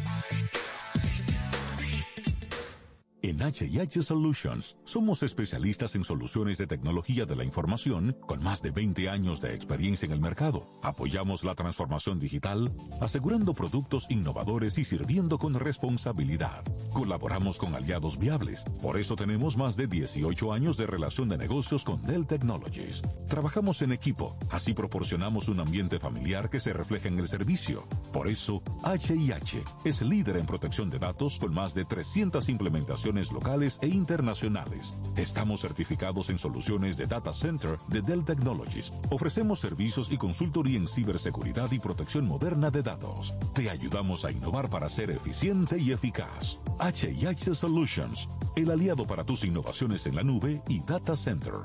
En H&H Solutions somos especialistas en soluciones de tecnología de la información con más de 20 años de experiencia en el mercado. Apoyamos la transformación digital, asegurando productos innovadores y sirviendo con responsabilidad. Colaboramos con aliados viables, por eso tenemos más de 18 años de relación de negocios con Dell Technologies. Trabajamos en equipo, así proporcionamos un ambiente familiar que se refleja en el servicio. Por eso, H&H es líder en protección de datos con más de 300 implementaciones locales e internacionales. Estamos certificados en soluciones de Data Center de Dell Technologies. Ofrecemos servicios y consultoría en ciberseguridad y protección moderna de datos. Te ayudamos a innovar para ser eficiente y eficaz. H&H Solutions, el aliado para tus innovaciones en la nube y Data Center.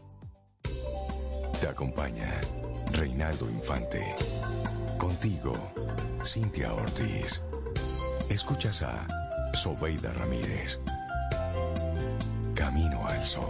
Te acompaña Reinaldo Infante. Contigo, Cintia Ortiz. Escuchas a Sobeida Ramírez. Camino al Sol.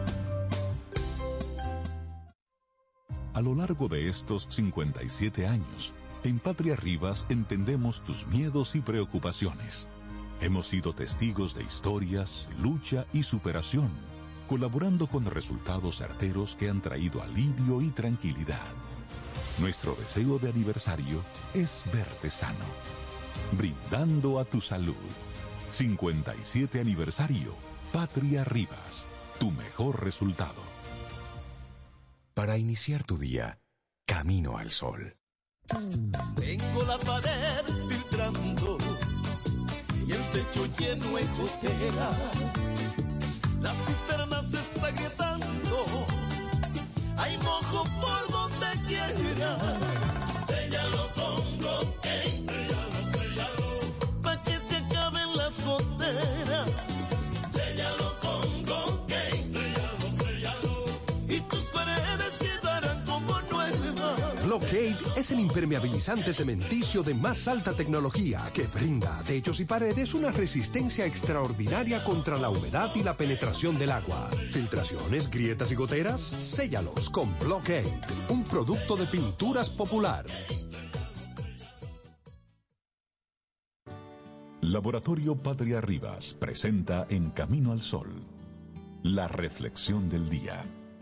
A lo largo de estos 57 años, en Patria Rivas entendemos tus miedos y preocupaciones. Hemos sido testigos de historias, lucha y superación, colaborando con resultados certeros que han traído alivio y tranquilidad. Nuestro deseo de aniversario es verte sano, brindando a tu salud. 57 aniversario, Patria Rivas, tu mejor resultado. Para iniciar tu día, Camino al Sol. Tengo la pared filtrando y el techo lleno de gotera. Las cisternas se está agrietando, hay mojo por donde quiera. Séllalo con bloque, séllalo, pa' que se acaben las goteras. Séllalo con bloque, séllalo, y tus paredes quedarán como nuevas. Blockade es el impermeabilizante cementicio de más alta tecnología que brinda a techos y paredes una resistencia extraordinaria contra la humedad y la penetración del agua. Filtraciones, grietas y goteras, séllalos con Blockade, un producto de Pinturas Popular. Laboratorio Patria Rivas presenta En Camino al Sol, la reflexión del día.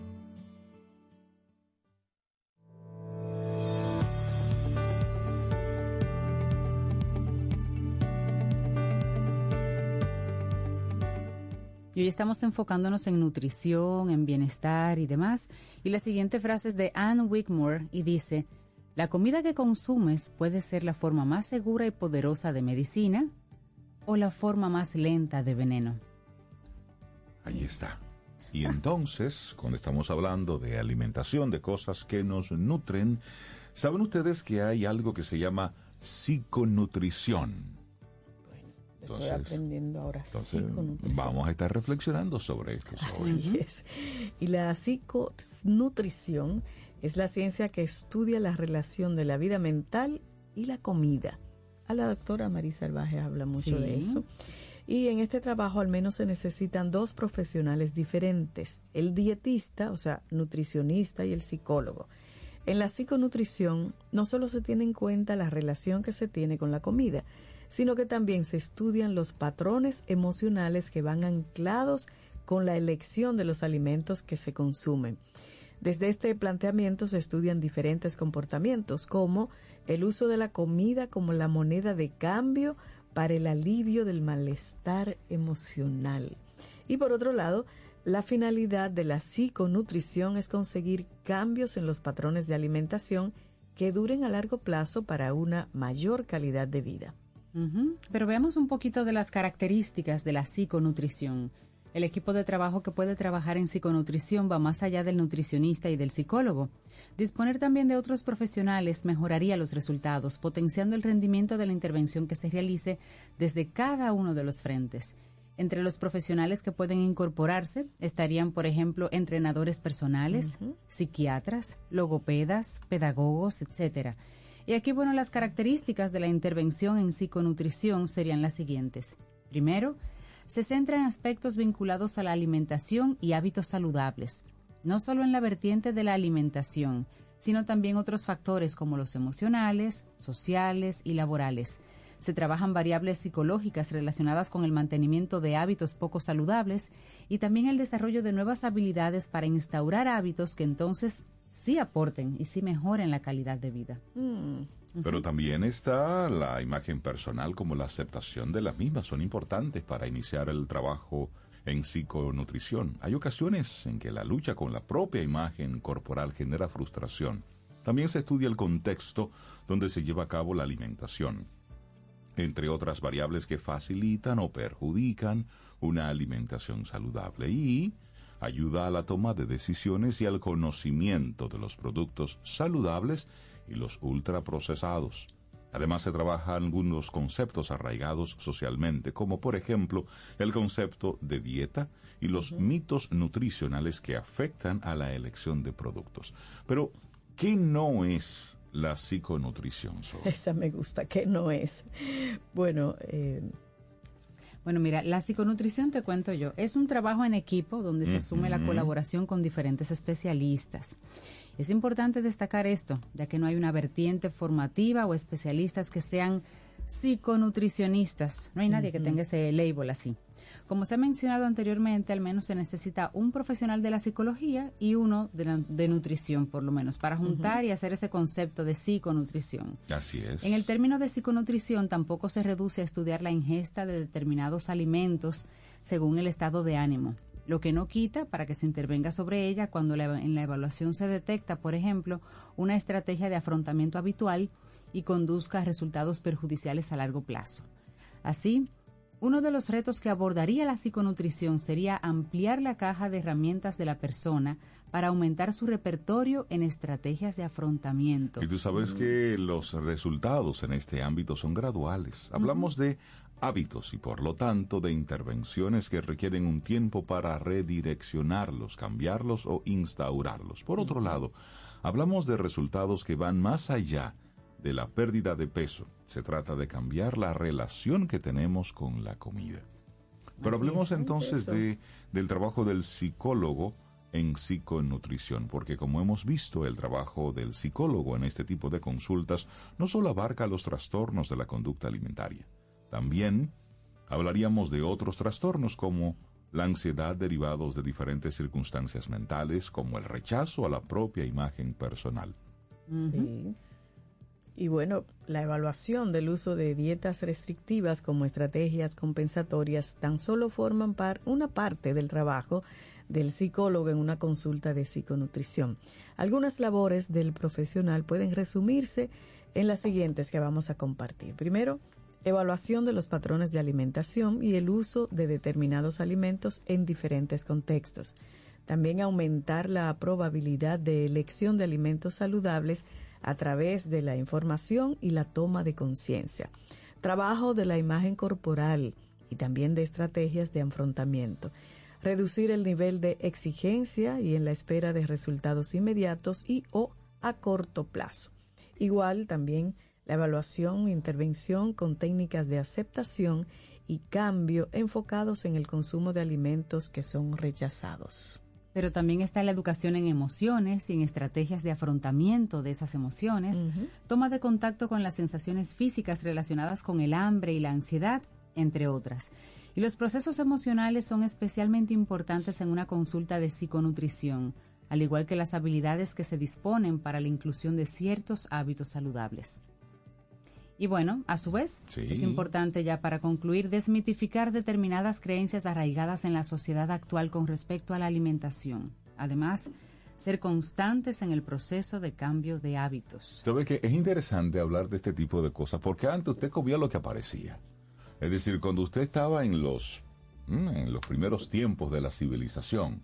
Y hoy estamos enfocándonos en nutrición, en bienestar y demás. Y la siguiente frase es de Anne Wigmore y dice: la comida que consumes puede ser la forma más segura y poderosa de medicina o la forma más lenta de veneno. Ahí está. Y entonces, cuando estamos hablando de alimentación, de cosas que nos nutren, ¿saben ustedes que hay algo que se llama psiconutrición? Estoy aprendiendo ahora psiconutrición. Vamos a estar reflexionando sobre esto. Así es. Y la psiconutrición es la ciencia que estudia la relación de la vida mental y la comida. A la doctora Marisa Salvaje habla mucho Sí. de eso. Y en este trabajo al menos se necesitan 2 profesionales diferentes, el dietista, o sea, nutricionista, y el psicólogo. En la psiconutrición no solo se tiene en cuenta la relación que se tiene con la comida, sino que también se estudian los patrones emocionales que van anclados con la elección de los alimentos que se consumen. Desde este planteamiento se estudian diferentes comportamientos, como el uso de la comida como la moneda de cambio para el alivio del malestar emocional. Y por otro lado, la finalidad de la psiconutrición es conseguir cambios en los patrones de alimentación que duren a largo plazo para una mayor calidad de vida. Pero veamos un poquito de las características de la psiconutrición. El equipo de trabajo que puede trabajar en psiconutrición va más allá del nutricionista y del psicólogo. Disponer también de otros profesionales mejoraría los resultados, potenciando el rendimiento de la intervención que se realice desde cada uno de los frentes. Entre los profesionales que pueden incorporarse estarían, por ejemplo, entrenadores personales, psiquiatras, logopedas, pedagogos, etcétera. Y aquí, bueno, las características de la intervención en psiconutrición serían las siguientes. Primero, se centra en aspectos vinculados a la alimentación y hábitos saludables, no solo en la vertiente de la alimentación, sino también otros factores como los emocionales, sociales y laborales. Se trabajan variables psicológicas relacionadas con el mantenimiento de hábitos poco saludables y también el desarrollo de nuevas habilidades para instaurar hábitos que entonces sí aporten y sí mejoren la calidad de vida. Pero también está la imagen personal como la aceptación de las mismas. Son importantes para iniciar el trabajo en psiconutrición. Hay ocasiones en que la lucha con la propia imagen corporal genera frustración. También se estudia el contexto donde se lleva a cabo la alimentación, entre otras variables que facilitan o perjudican una alimentación saludable, y ayuda a la toma de decisiones y al conocimiento de los productos saludables y los ultraprocesados. Además, se trabajan algunos conceptos arraigados socialmente, como por ejemplo el concepto de dieta y los mitos nutricionales que afectan a la elección de productos. Pero, ¿qué no es la psiconutrición, Sol? Esa me gusta, ¿qué no es? Bueno, mira, la psiconutrición, te cuento yo, es un trabajo en equipo donde se asume la colaboración con diferentes especialistas. Es importante destacar esto, ya que no hay una vertiente formativa o especialistas que sean psiconutricionistas. No hay nadie que tenga ese label así. Como se ha mencionado anteriormente, al menos se necesita un profesional de la psicología y uno de nutrición, por lo menos, para juntar y hacer ese concepto de psiconutrición. Así es. En el término de psiconutrición tampoco se reduce a estudiar la ingesta de determinados alimentos según el estado de ánimo, lo que no quita para que se intervenga sobre ella cuando en la evaluación se detecta, por ejemplo, una estrategia de afrontamiento habitual y conduzca a resultados perjudiciales a largo plazo. Así, uno de los retos que abordaría la psiconutrición sería ampliar la caja de herramientas de la persona para aumentar su repertorio en estrategias de afrontamiento. Y tú sabes que los resultados en este ámbito son graduales. Hablamos de hábitos y por lo tanto de intervenciones que requieren un tiempo para redireccionarlos, cambiarlos o instaurarlos. Por otro lado, hablamos de resultados que van más allá de la pérdida de peso. Se trata de cambiar la relación que tenemos con la comida. Pero hablemos entonces del trabajo del psicólogo en psiconutrición, porque como hemos visto, el trabajo del psicólogo en este tipo de consultas no solo abarca los trastornos de la conducta alimentaria. También hablaríamos de otros trastornos como la ansiedad derivados de diferentes circunstancias mentales, como el rechazo a la propia imagen personal. Sí. Y bueno, la evaluación del uso de dietas restrictivas como estrategias compensatorias tan solo forman una parte del trabajo del psicólogo en una consulta de psiconutrición. Algunas labores del profesional pueden resumirse en las siguientes que vamos a compartir. Primero, evaluación de los patrones de alimentación y el uso de determinados alimentos en diferentes contextos. También aumentar la probabilidad de elección de alimentos saludables a través de la información y la toma de conciencia. Trabajo de la imagen corporal y también de estrategias de afrontamiento. Reducir el nivel de exigencia y en la espera de resultados inmediatos y o a corto plazo. Igual también la evaluación e intervención con técnicas de aceptación y cambio enfocados en el consumo de alimentos que son rechazados. Pero también está la educación en emociones y en estrategias de afrontamiento de esas emociones, toma de contacto con las sensaciones físicas relacionadas con el hambre y la ansiedad, entre otras. Y los procesos emocionales son especialmente importantes en una consulta de psiconutrición, al igual que las habilidades que se disponen para la inclusión de ciertos hábitos saludables. Y bueno, a su vez, es importante ya para concluir desmitificar determinadas creencias arraigadas en la sociedad actual con respecto a la alimentación. Además, ser constantes en el proceso de cambio de hábitos. ¿Sabe qué? Es interesante hablar de este tipo de cosas, porque antes usted comía lo que aparecía. Es decir, cuando usted estaba en los primeros tiempos de la civilización,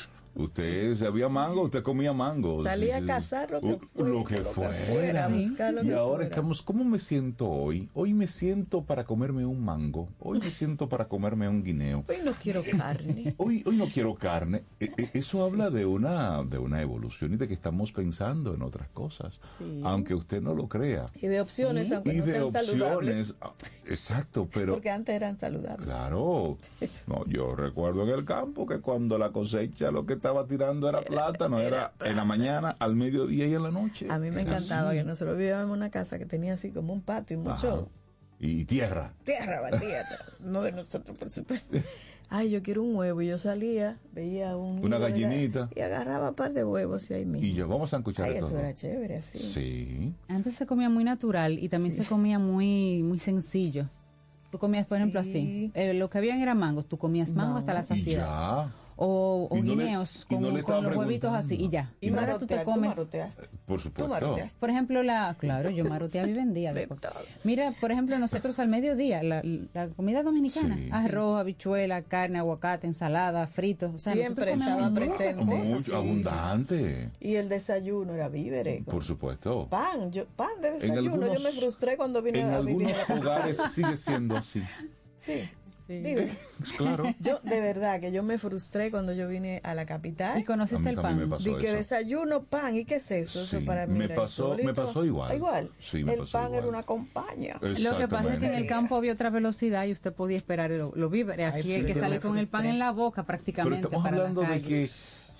usted, si había mango, usted comía mango. Salía a cazar lo que fuera. Y ahora estamos, ¿cómo me siento hoy? Hoy me siento para comerme un mango. Hoy me siento para comerme un guineo. Hoy no quiero carne. Hoy no quiero carne. Eso habla de una evolución y de que estamos pensando en otras cosas. Sí. Aunque usted no lo crea. Y de opciones, aunque no sean saludables. Exacto, pero... Porque antes eran saludables. Claro. No, yo recuerdo en el campo que cuando la cosecha lo que estaba tirando era plátano, era en la mañana, al mediodía y en la noche. A mí me encantaba que nosotros vivíamos en una casa que tenía así como un patio y mucho... Y tierra. Tierra batida, no de nosotros, por supuesto. Ay, yo quiero un huevo. Y yo salía, veía una gallinita. Y agarraba un par de huevos y ahí mismo. Y yo, vamos a escuchar eso era chévere, así. Sí. Antes se comía muy natural y también se comía muy, muy sencillo. Tú comías, por ejemplo, así. Lo que habían era mango. Tú comías mango hasta la saciedad. Y ya. O guineos con los huevitos así y ya. Y ahora tú te comes. Por supuesto. Por ejemplo, claro, yo maroteaba y vendía. Mira, por ejemplo, nosotros al mediodía, la comida dominicana, arroz, habichuela, carne, aguacate, ensalada, fritos. O sea, siempre estaba presente. Muy abundante. Y el desayuno era víveres. Por supuesto. Pan de desayuno. Yo me frustré cuando vine a vivir. En algunos lugares sigue siendo así. Sí. Sí. Claro. Yo, de verdad, que yo me frustré cuando yo vine a la capital. ¿Y conociste el pan? Y que desayuno, pan. ¿Y qué es eso? Sí, eso para mí me pasó igual. Igual. Sí, el pan era una compañía. Lo que pasa es que en el campo había otra velocidad y usted podía esperar los víveres. Aquí el que sale con el pan en la boca prácticamente. Pero estamos hablando de que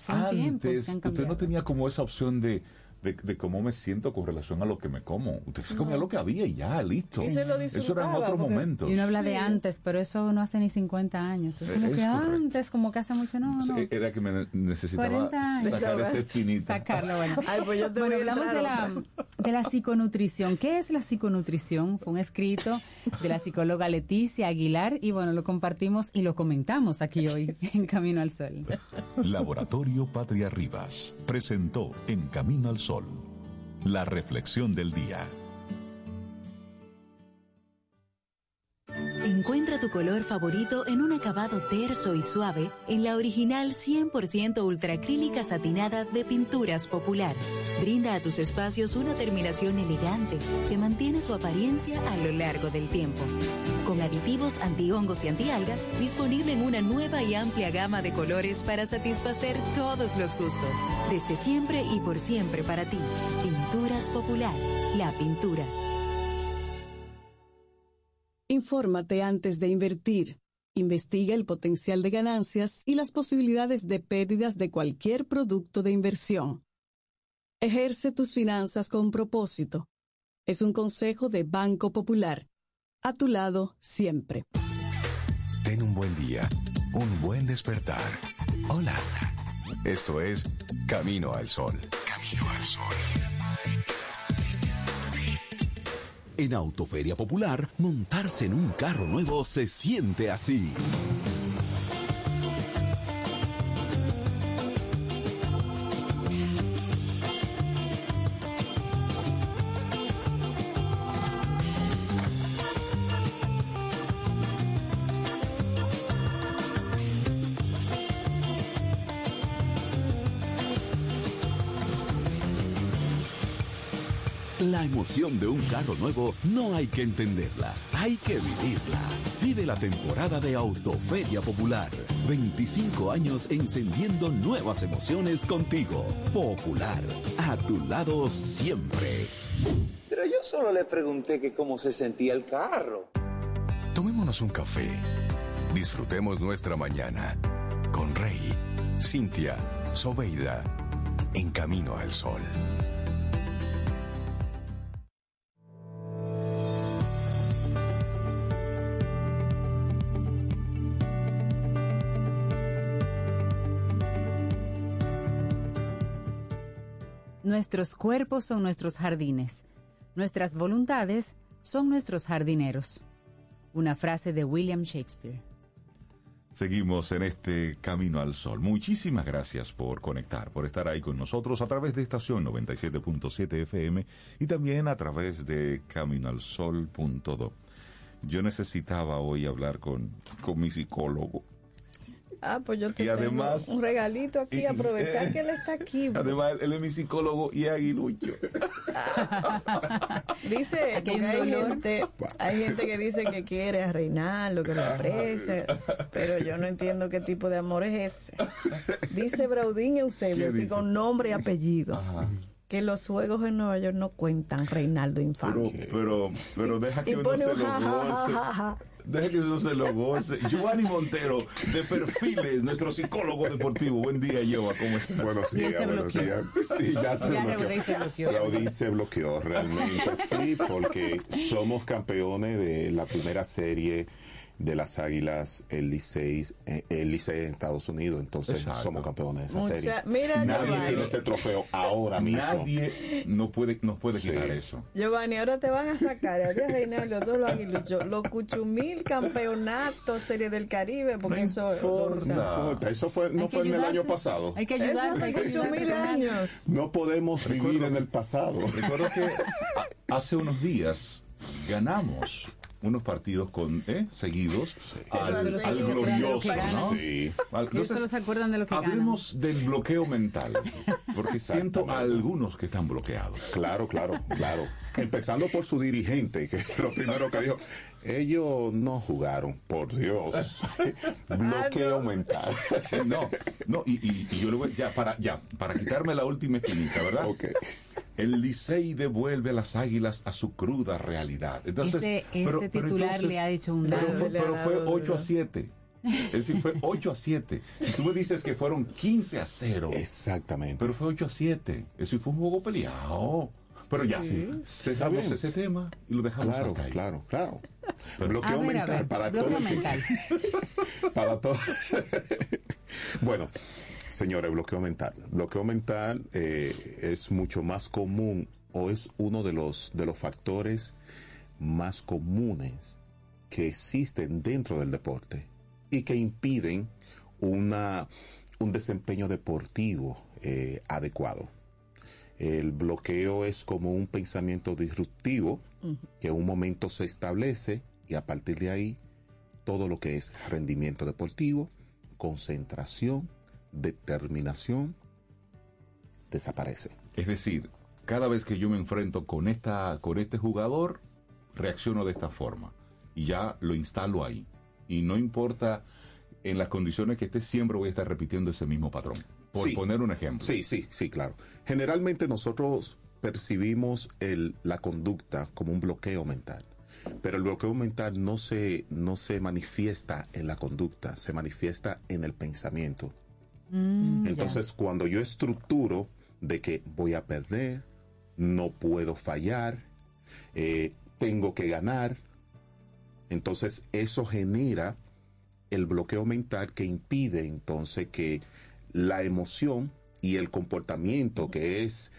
antes usted no tenía como esa opción de cómo me siento con relación a lo que me como. Usted se comía lo que había y ya, listo. Y se lo eso era en otros momentos. Y uno habla de antes, pero eso no hace ni 50 años. Es como que antes, como que hace mucho, no. Era que me necesitaba sacar esa espinita. Sacarlo, bueno. Ay, pues yo te voy a hablamos de la psiconutrición. ¿Qué es la psiconutrición? Fue un escrito de la psicóloga Leticia Aguilar y bueno, lo compartimos y lo comentamos aquí hoy en Camino al Sol. Laboratorio Patria Rivas presentó En Camino al Sol, la reflexión del día. Encuentra tu color favorito en un acabado terso y suave en la original 100% ultracrílica satinada de Pinturas Popular. Brinda a tus espacios una terminación elegante que mantiene su apariencia a lo largo del tiempo. Con aditivos antihongos y antialgas, disponible en una nueva y amplia gama de colores para satisfacer todos los gustos. Desde siempre y por siempre para ti. Pinturas Popular, la pintura. Infórmate antes de invertir. Investiga el potencial de ganancias y las posibilidades de pérdidas de cualquier producto de inversión. Ejerce tus finanzas con propósito. Es un consejo de Banco Popular. A tu lado siempre. Ten un buen día, un buen despertar. Hola. Esto es Camino al Sol. Camino al Sol. En Autoferia Popular, montarse en un carro nuevo se siente así. La emoción de un carro nuevo no hay que entenderla, hay que vivirla. Vive la temporada de Autoferia Popular. 25 años encendiendo nuevas emociones contigo. Popular, a tu lado siempre. Pero yo solo le pregunté que cómo se sentía el carro. Tomémonos un café. Disfrutemos nuestra mañana con Rey, Cintia, Soveida, en Camino al Sol. Nuestros cuerpos son nuestros jardines. Nuestras voluntades son nuestros jardineros. Una frase de William Shakespeare. Seguimos en este Camino al Sol. Muchísimas gracias por conectar, por estar ahí con nosotros a través de estación 97.7 FM y también a través de caminoalsol.do. Yo necesitaba hoy hablar con mi psicólogo. Pues yo te y además, tengo un regalito aquí, aprovechar que él está aquí. Además, él es mi psicólogo y aguilucho. Dice, porque hay gente que dice que quiere a Reinaldo, que lo aprecia, pero yo no entiendo qué tipo de amor es ese. Dice Braudín Eusebio, así con nombre y apellido. Ajá. Que los juegos en Nueva York no cuentan, Reinaldo Infante. Pero deja que uno se lo goce. Deja que uno se lo goce. Giovanni Montero, de Perfiles, nuestro psicólogo deportivo. Buen día, Giova, ¿cómo estás? Buenos días, buenos días. Sí, ya se bloqueó. Raudí se bloqueó, realmente sí, porque somos campeones de la primera serie de las Águilas, el Licey en Estados Unidos, entonces exacto, somos campeones de esa serie. Mira, nadie Giovanni tiene ese trofeo ahora mismo. Nadie nos puede quitar eso. Giovanni, ahora te van a sacar a Reinaldo, todos los aguiluchos, los Cuchumil campeonatos, Serie del Caribe, porque no importa. Eso no fue en el año pasado. Hay que ayudarse. Hay Cuchumil años. No podemos vivir en el pasado. Recuerdo que hace unos días ganamos unos partidos seguidos al glorioso, ¿no? Sí. Entonces, solo se acuerdan de lo que hablemos del bloqueo mental, porque siento a algunos que están bloqueados. Claro. Empezando por su dirigente, que es lo primero que dijo. Ellos no jugaron, por Dios. Bloqueo mental. Y yo le voy, para quitarme la última espinita, ¿verdad? Okay. El Licey devuelve a las Águilas a su cruda realidad. Entonces, ese titular le ha hecho un daño. Pero fue 8-7. Es decir, fue 8-7. Si tú me dices que fueron 15-0. Exactamente. Pero fue 8-7. Eso fue un juego peleado. Pero ya, cerramos ese tema y lo dejamos hasta ahí. Claro. Bloqueo mental para todo el que... para todo. Bueno, señores, bloqueo mental. Bloqueo mental es mucho más común, o es uno de los factores más comunes que existen dentro del deporte y que impiden un desempeño deportivo adecuado. El bloqueo es como un pensamiento disruptivo que en un momento se establece y a partir de ahí todo lo que es rendimiento deportivo, concentración, determinación, desaparece. Es decir, cada vez que yo me enfrento con este jugador, reacciono de esta forma y ya lo instalo ahí. Y no importa en las condiciones que esté, siempre voy a estar repitiendo ese mismo patrón. Por poner un ejemplo. Sí, claro. Generalmente nosotros percibimos la conducta como un bloqueo mental, pero el bloqueo mental no se manifiesta en la conducta, se manifiesta en el pensamiento. Entonces, cuando yo estructuro de que voy a perder, no puedo fallar, tengo que ganar, entonces eso genera el bloqueo mental que impide entonces que la emoción y el comportamiento que es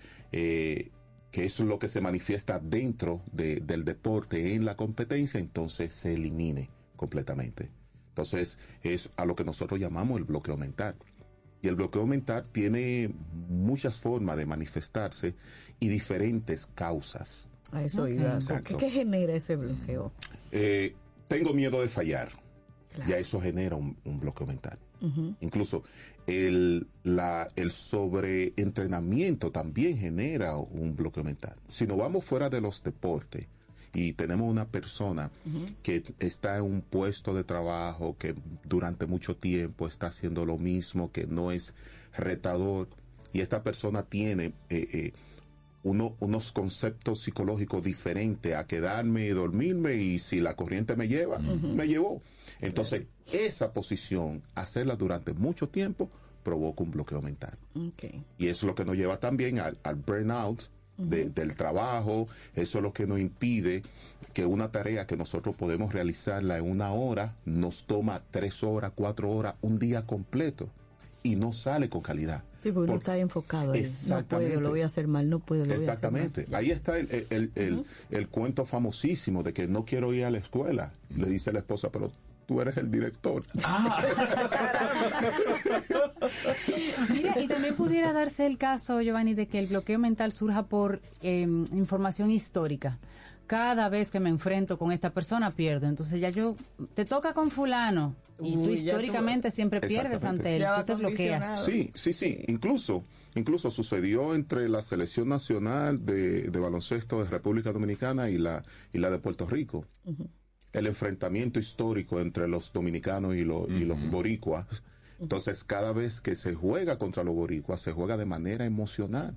lo que se manifiesta dentro del deporte en la competencia, entonces se elimine completamente. Entonces es a lo que nosotros llamamos el bloqueo mental. Y el bloqueo mental tiene muchas formas de manifestarse y diferentes causas. A eso iba. ¿Qué genera ese bloqueo? Tengo miedo de fallar. Claro. Ya eso genera un bloqueo mental. Incluso el sobreentrenamiento también genera un bloqueo mental. Si nos vamos fuera de los deportes y tenemos una persona que está en un puesto de trabajo, que durante mucho tiempo está haciendo lo mismo, que no es retador, y esta persona tiene unos conceptos psicológicos diferentes a quedarme y dormirme, y si la corriente me lleva, me llevó. Entonces, esa posición, hacerla durante mucho tiempo, provoca un bloqueo mental. Y eso es lo que nos lleva también al burnout del trabajo. Eso es lo que nos impide que una tarea que nosotros podemos realizarla en 1 hora, nos toma 3 horas, 4 horas, un día completo, y no sale con calidad. Sí, porque uno está enfocado ahí. No puedo, lo voy a hacer mal, no puedo, lo voy a hacer mal. Ahí está el cuento famosísimo de que no quiero ir a la escuela. Le dice la esposa, pero tú eres el director. Mira, y también pudiera darse el caso, Giovanni, de que el bloqueo mental surja por información histórica. Cada vez que me enfrento con esta persona pierdo, entonces ya te toca con fulano, y tú históricamente siempre pierdes ante él, tú te bloqueas. Sí. Incluso sucedió entre la selección nacional de baloncesto de República Dominicana y la de Puerto Rico. El enfrentamiento histórico entre los dominicanos y los boricuas. Entonces, cada vez que se juega contra los boricuas, se juega de manera emocional.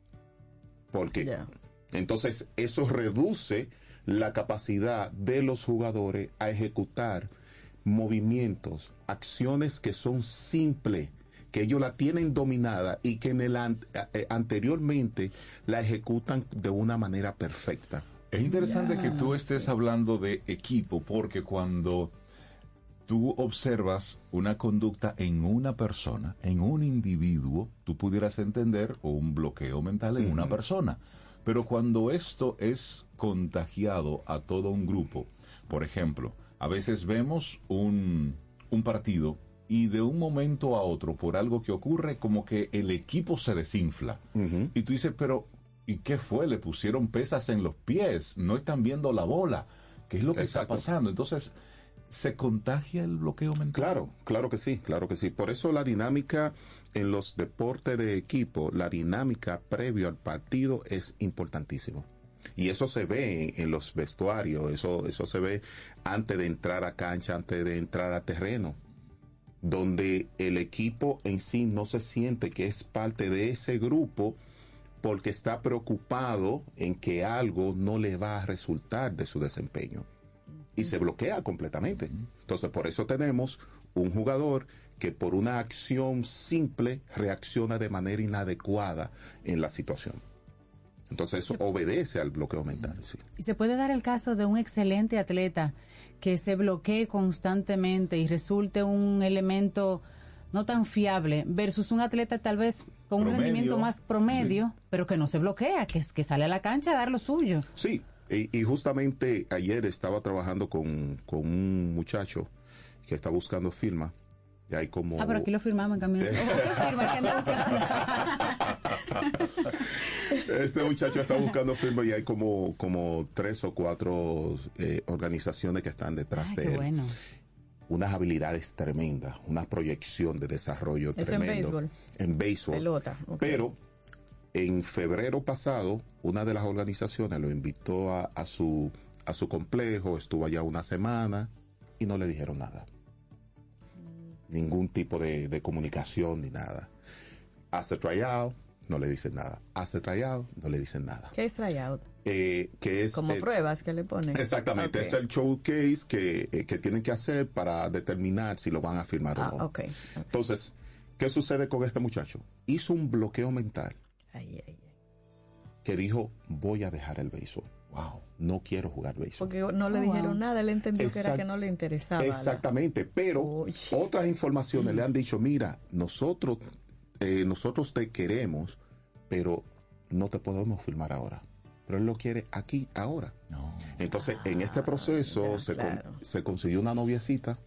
Porque entonces eso reduce la capacidad de los jugadores a ejecutar movimientos, acciones que son simples, que ellos la tienen dominada y que anteriormente la ejecutan de una manera perfecta. Es interesante que tú estés hablando de equipo, porque cuando tú observas una conducta en una persona, en un individuo, tú pudieras entender un bloqueo mental en una persona. Pero cuando esto es contagiado a todo un grupo, por ejemplo, a veces vemos un partido y de un momento a otro, por algo que ocurre, como que el equipo se desinfla. Y tú dices, pero ¿y qué fue? Le pusieron pesas en los pies, no están viendo la bola. ¿Qué es lo que está pasando? Entonces, ¿se contagia el bloqueo mental? Claro que sí. Por eso la dinámica en los deportes de equipo, la dinámica previo al partido es importantísimo. Y eso se ve en los vestuarios, eso se ve antes de entrar a cancha, antes de entrar a terreno, donde el equipo en sí no se siente que es parte de ese grupo, porque está preocupado en que algo no le va a resultar de su desempeño. Y se bloquea completamente. Entonces, por eso tenemos un jugador que por una acción simple reacciona de manera inadecuada en la situación. Entonces, eso obedece al bloqueo mental. Sí. Y se puede dar el caso de un excelente atleta que se bloquee constantemente y resulte un elemento no tan fiable, versus un atleta tal vez con un rendimiento más promedio, pero que no se bloquea, que sale a la cancha a dar lo suyo. Sí, y justamente ayer estaba trabajando con un muchacho que está buscando firma. Y hay como... pero aquí lo firmamos en camino. Este muchacho está buscando firma y hay como 3 o 4 organizaciones que están detrás de él. Bueno. Unas habilidades tremendas, una proyección de desarrollo tremendo. ¿En béisbol? En béisbol. Pelota. Okay. Pero en febrero pasado, una de las organizaciones lo invitó a su complejo, estuvo allá una semana y no le dijeron nada. Ningún tipo de comunicación ni nada. Hace tryout, no le dicen nada. Hace tryout, no le dicen nada. ¿Qué es tryout? Que es como pruebas que le ponen. Exactamente, es el showcase que tienen que hacer para determinar si lo van a firmar o no. Okay. Entonces, ¿qué sucede con este muchacho? Hizo un bloqueo mental que dijo, voy a dejar el béisbol. Wow. No quiero jugar béisbol. Porque no le dijeron nada, él entendió que era que no le interesaba. Exactamente, pero otras informaciones le han dicho, mira, nosotros te queremos, pero no te podemos firmar ahora. Pero él lo quiere aquí, ahora. No. Entonces, en este proceso se consiguió una noviecita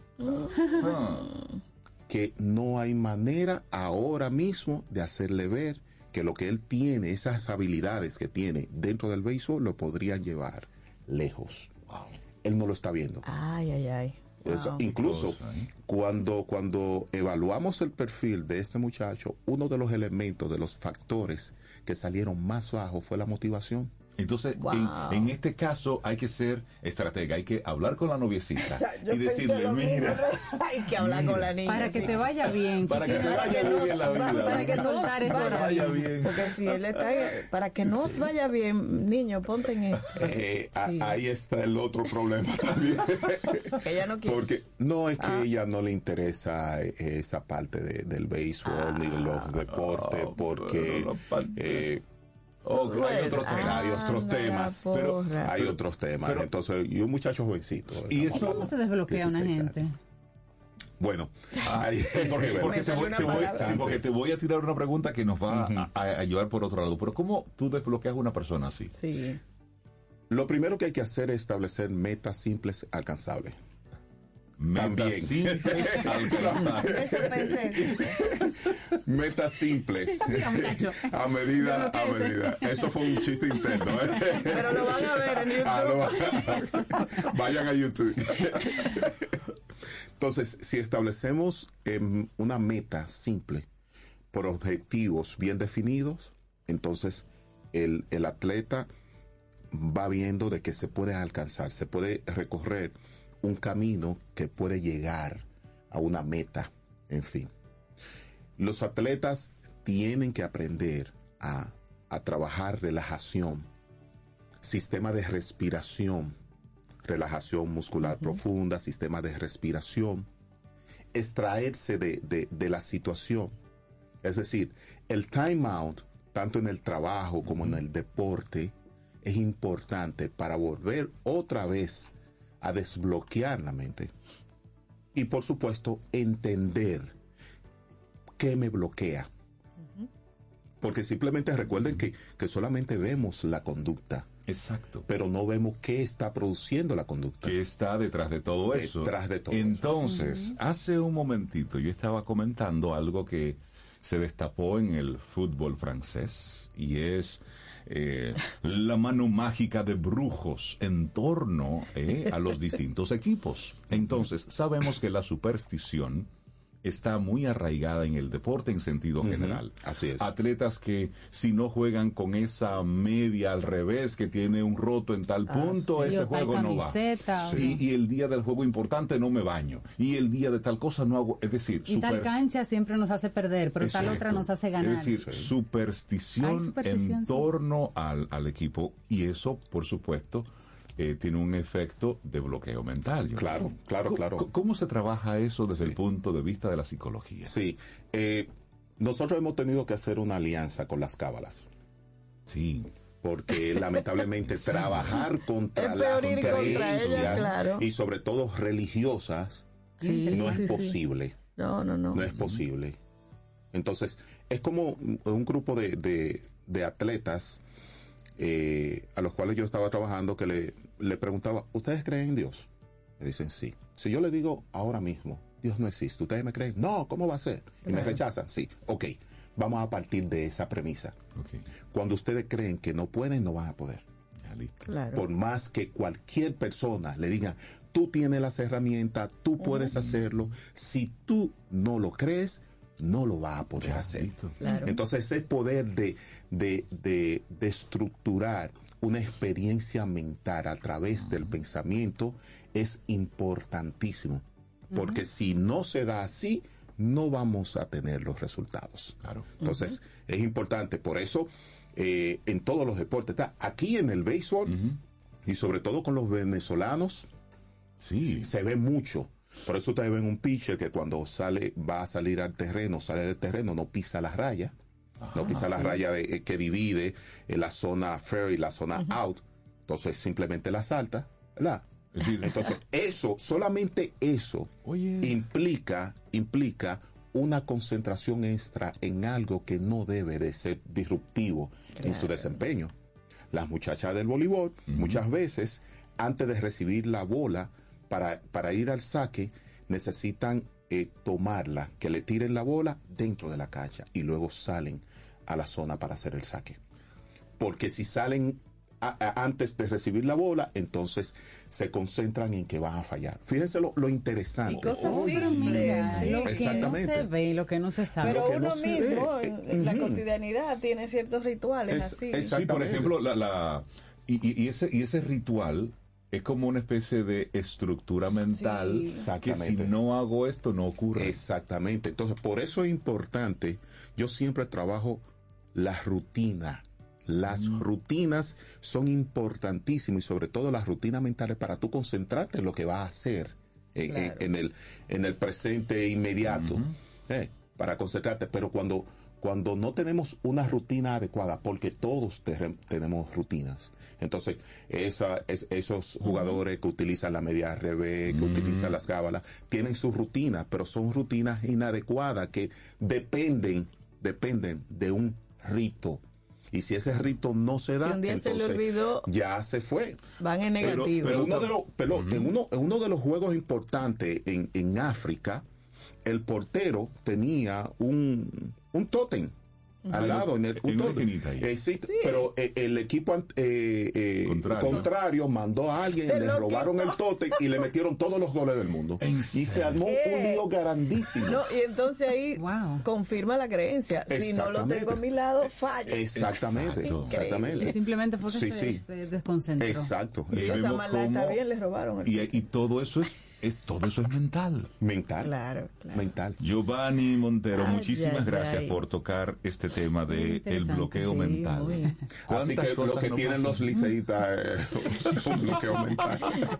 que no hay manera ahora mismo de hacerle ver que lo que él tiene, esas habilidades que tiene dentro del béisbol, lo podrían llevar lejos. Wow. Él no lo está viendo. Incluso cuando evaluamos el perfil de este muchacho, uno de los elementos, de los factores que salieron más bajos fue la motivación. Entonces, en este caso hay que ser estratega, hay que hablar con la noviecita y decirle, mira, hay que hablar con la niña. Para que te vaya bien. Para que te vaya bien en la vida. Para que soltar esto vaya bien. Porque si él está, para que nos vaya bien, niño, ponte en esto. Ahí está el otro problema también. Que ella no quiere. Porque no es que ella no le interesa esa parte del béisbol ni de los deportes, porque... hay otros temas, hay otros temas. Entonces, y un muchacho jovencito. ¿Y eso cómo se desbloquea una gente? Bueno, porque te voy a tirar una pregunta que nos va a llevar por otro lado. Pero ¿cómo tú desbloqueas a una persona así? Sí. Lo primero que hay que hacer es establecer metas simples alcanzables. Metas simples alcanzables. Metas simples. A medida. Eso fue un chiste interno. Pero lo van a ver en YouTube. Vayan a YouTube. Entonces, si establecemos una meta simple por objetivos bien definidos, entonces el atleta va viendo de que se puede alcanzar, se puede recorrer un camino que puede llegar a una meta, en fin. Los atletas tienen que aprender a trabajar relajación, sistema de respiración, relajación muscular profunda, sistema de respiración, extraerse de la situación. Es decir, el time out, tanto en el trabajo como en el deporte, es importante para volver otra vez a desbloquear la mente. Y por supuesto, entender qué me bloquea. Porque simplemente recuerden que solamente vemos la conducta. Exacto. Pero no vemos qué está produciendo la conducta. ¿Qué está detrás de todo eso? Entonces, hace un momentito yo estaba comentando algo que se destapó en el fútbol francés y es la mano mágica de brujos en torno a los distintos equipos. Entonces, sabemos que la superstición está muy arraigada en el deporte en sentido general. Así es. Atletas que si no juegan con esa media al revés, que tiene un roto en tal punto, ese juego no va. Y el día del juego importante no me baño. Y el día de tal cosa no hago. Es decir, y tal cancha siempre nos hace perder, pero tal otra nos hace ganar. Es decir, superstición en torno al equipo. Y eso, por supuesto, tiene un efecto de bloqueo mental. Claro. ¿Cómo se trabaja eso desde el punto de vista de la psicología? Sí, nosotros hemos tenido que hacer una alianza con las cábalas. Sí. Porque lamentablemente trabajar contra las creencias y sobre todo religiosas no es posible. No es posible. Entonces, es como un grupo de atletas a los cuales yo estaba trabajando, que le preguntaba, ¿ustedes creen en Dios? Me dicen sí. Si yo le digo ahora mismo, Dios no existe, ¿ustedes me creen? No, ¿cómo va a ser? Y me rechazan, sí. Ok, vamos a partir de esa premisa. Cuando ustedes creen que no pueden, no van a poder. Por más que cualquier persona le diga, tú tienes las herramientas, tú puedes hacerlo, si tú no lo crees, no lo va a poder hacer. Entonces ese poder de estructurar una experiencia mental a través del pensamiento es importantísimo, porque si no se da así, no vamos a tener los resultados. Entonces es importante, por eso en todos los deportes, aquí en el béisbol y sobre todo con los venezolanos, se ve mucho. Por eso ustedes ven un pitcher que cuando va a salir al terreno, sale del terreno, no pisa la raya. No pisa la raya que divide la zona fair y la zona out. Entonces simplemente la salta, ¿verdad? Entonces solamente eso implica una concentración extra en algo que no debe de ser disruptivo en su desempeño. Las muchachas del voleibol muchas veces, antes de recibir la bola, para ir al saque, necesitan tomarla, que le tiren la bola dentro de la cancha y luego salen a la zona para hacer el saque. Porque si salen antes de recibir la bola, entonces se concentran en que van a fallar. Fíjense lo interesante. Y cosas simples. Lo que no se ve y lo que no se sabe. Pero uno mismo en la cotidianidad tiene ciertos rituales así. Sí, por ejemplo, y ese ritual es como una especie de estructura mental que si no hago esto no ocurre. Exactamente. Entonces, por eso es importante, yo siempre trabajo la rutina. Las rutinas son importantísimas y sobre todo las rutinas mentales para tú concentrarte en lo que vas a hacer en el presente inmediato. Para concentrarte, pero cuando no tenemos una rutina adecuada, porque todos tenemos rutinas, entonces esos jugadores que utilizan la media revés, que utilizan las cábalas, tienen su rutina, pero son rutinas inadecuadas que dependen de un rito. Y si ese rito no se da, si un día entonces se le olvidó, ya se fue. Van en negativo. En uno de los juegos importantes en África, el portero tenía un tótem al lado, pero el equipo contrario mandó a alguien, le robaron el tótem y le metieron todos los goles del mundo. Y se armó un lío grandísimo. Y entonces ahí confirma la creencia. Si no lo tengo a mi lado, falla. Exactamente. Y simplemente fue que se desconcentró. Exacto. Y esa maldad está bien, le robaron el y todo eso es mental. Mental. Mental. Giovanni Montero, muchísimas gracias por tocar este tema de el bloqueo mental. Así que lo que tienen los liceístas es un bloqueo mental.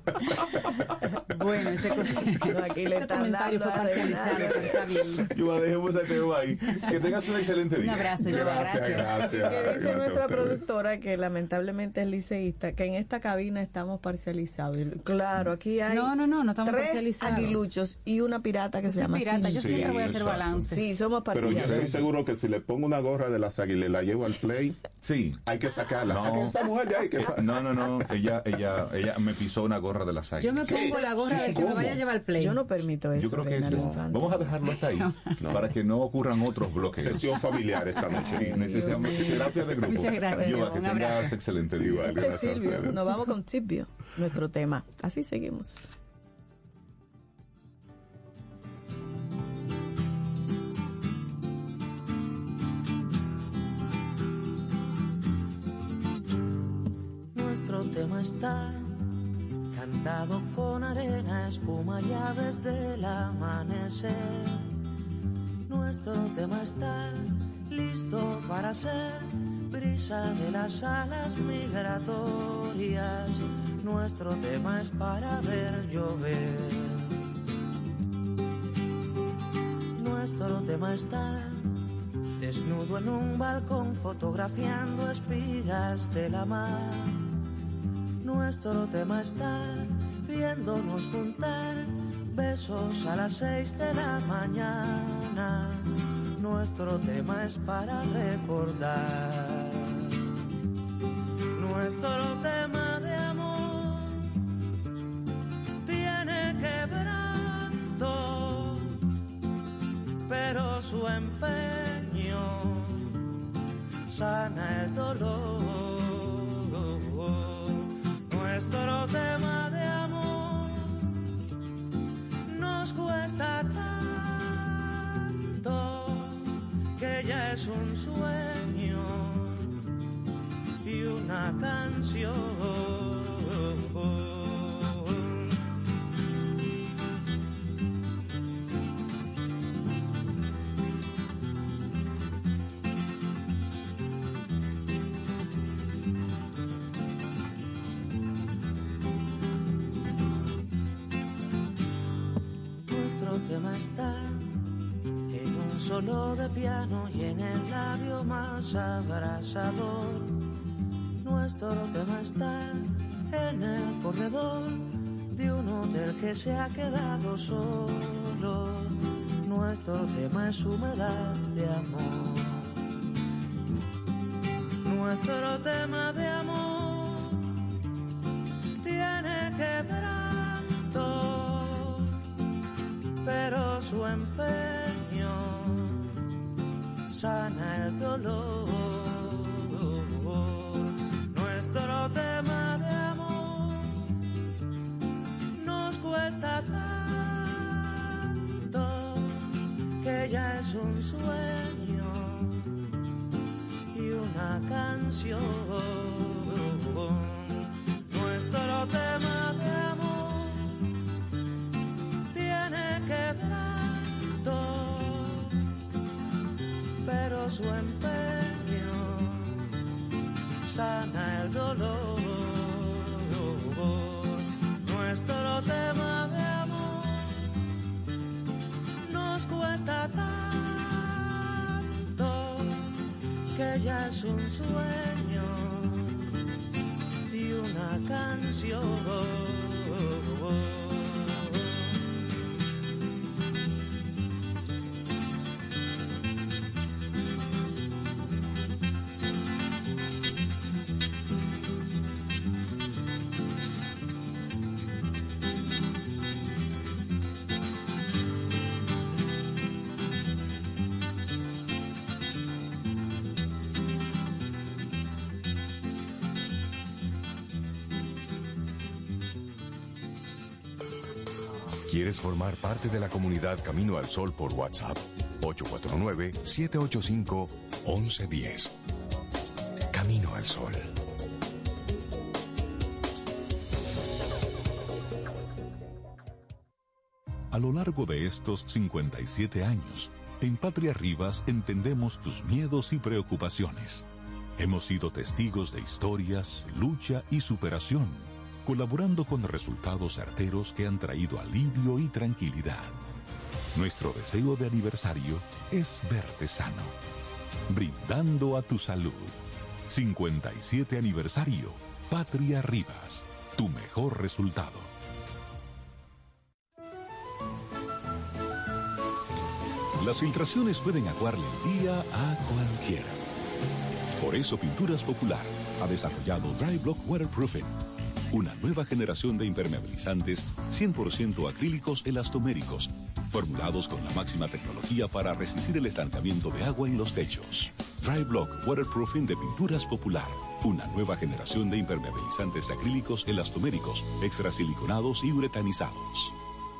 Bueno, aquí le están dando está bien. Giovanni, dejemos ese tema ahí. Que tengas un excelente día. Un abrazo, Giovanni. Gracias. Que dice nuestra productora, que lamentablemente es liceísta, que en esta cabina estamos parcializados. Claro, aquí hay no estamos 3 aguiluchos y una pirata que se llama pirata. Yo siempre voy a hacer balance. Sí, somos parciales. Pero yo estoy seguro que si le pongo una gorra de las águilas y la llevo al play, hay que sacarla. Saquen esa mujer de ahí. No. Ella me pisó una gorra de las águilas. Yo me pongo la gorra de que me vaya a llevar al play. Yo no permito eso. Yo creo que vamos a dejarlo hasta ahí para que no ocurran otros bloqueos. Sesión familiar esta noche. Sí, necesitamos terapia de grupo. Muchas gracias. Que tengas excelente día. Gracias a Silvio, ustedes. nos vamos con Silvio, nuestro tema. Así seguimos. Nuestro tema está cantado con arena, espuma y aves del amanecer. Nuestro tema está listo para ser brisa de las alas migratorias. Nuestro tema es para ver llover. Nuestro tema está desnudo en un balcón fotografiando espigas de la mar. Nuestro tema está viéndonos juntar besos a las 6 de la mañana. Nuestro tema es para recordar. Nuestro tema de amor tiene quebranto, pero su empeño sana el dolor. Nuestro tema de amor nos cuesta tanto que ya es un sueño y una canción. Nuestro tema está en un solo de piano y en el labio más abrasador. Nuestro tema está en el corredor de un hotel que se ha quedado solo. Nuestro tema es humedad de amor. Nuestro tema de amor tiene quebranto, pero su empeño sana el dolor. Nuestro canción. Nuestro tema de amor tiene quebranto, pero su empeño sana el dolor. Nuestro tema de amor nos cuesta tanto que ya es un sueño y una canción. ¿Quieres formar parte de la comunidad Camino al Sol por WhatsApp? 849-785-1110. Camino al Sol. A lo largo de estos 57 años, en Patria Rivas entendemos tus miedos y preocupaciones. Hemos sido testigos de historias, lucha y superación, colaborando con resultados certeros que han traído alivio y tranquilidad. Nuestro deseo de aniversario es verte sano, brindando a tu salud. 57 aniversario, Patria Rivas, tu mejor resultado. Las filtraciones pueden aguarle el día a cualquiera. Por eso Pinturas Popular ha desarrollado Dry Block Waterproofing, una nueva generación de impermeabilizantes 100% acrílicos elastoméricos, formulados con la máxima tecnología para resistir el estancamiento de agua en los techos. Dry Block Waterproofing de Pinturas Popular, una nueva generación de impermeabilizantes acrílicos elastoméricos, extrasiliconados y uretanizados.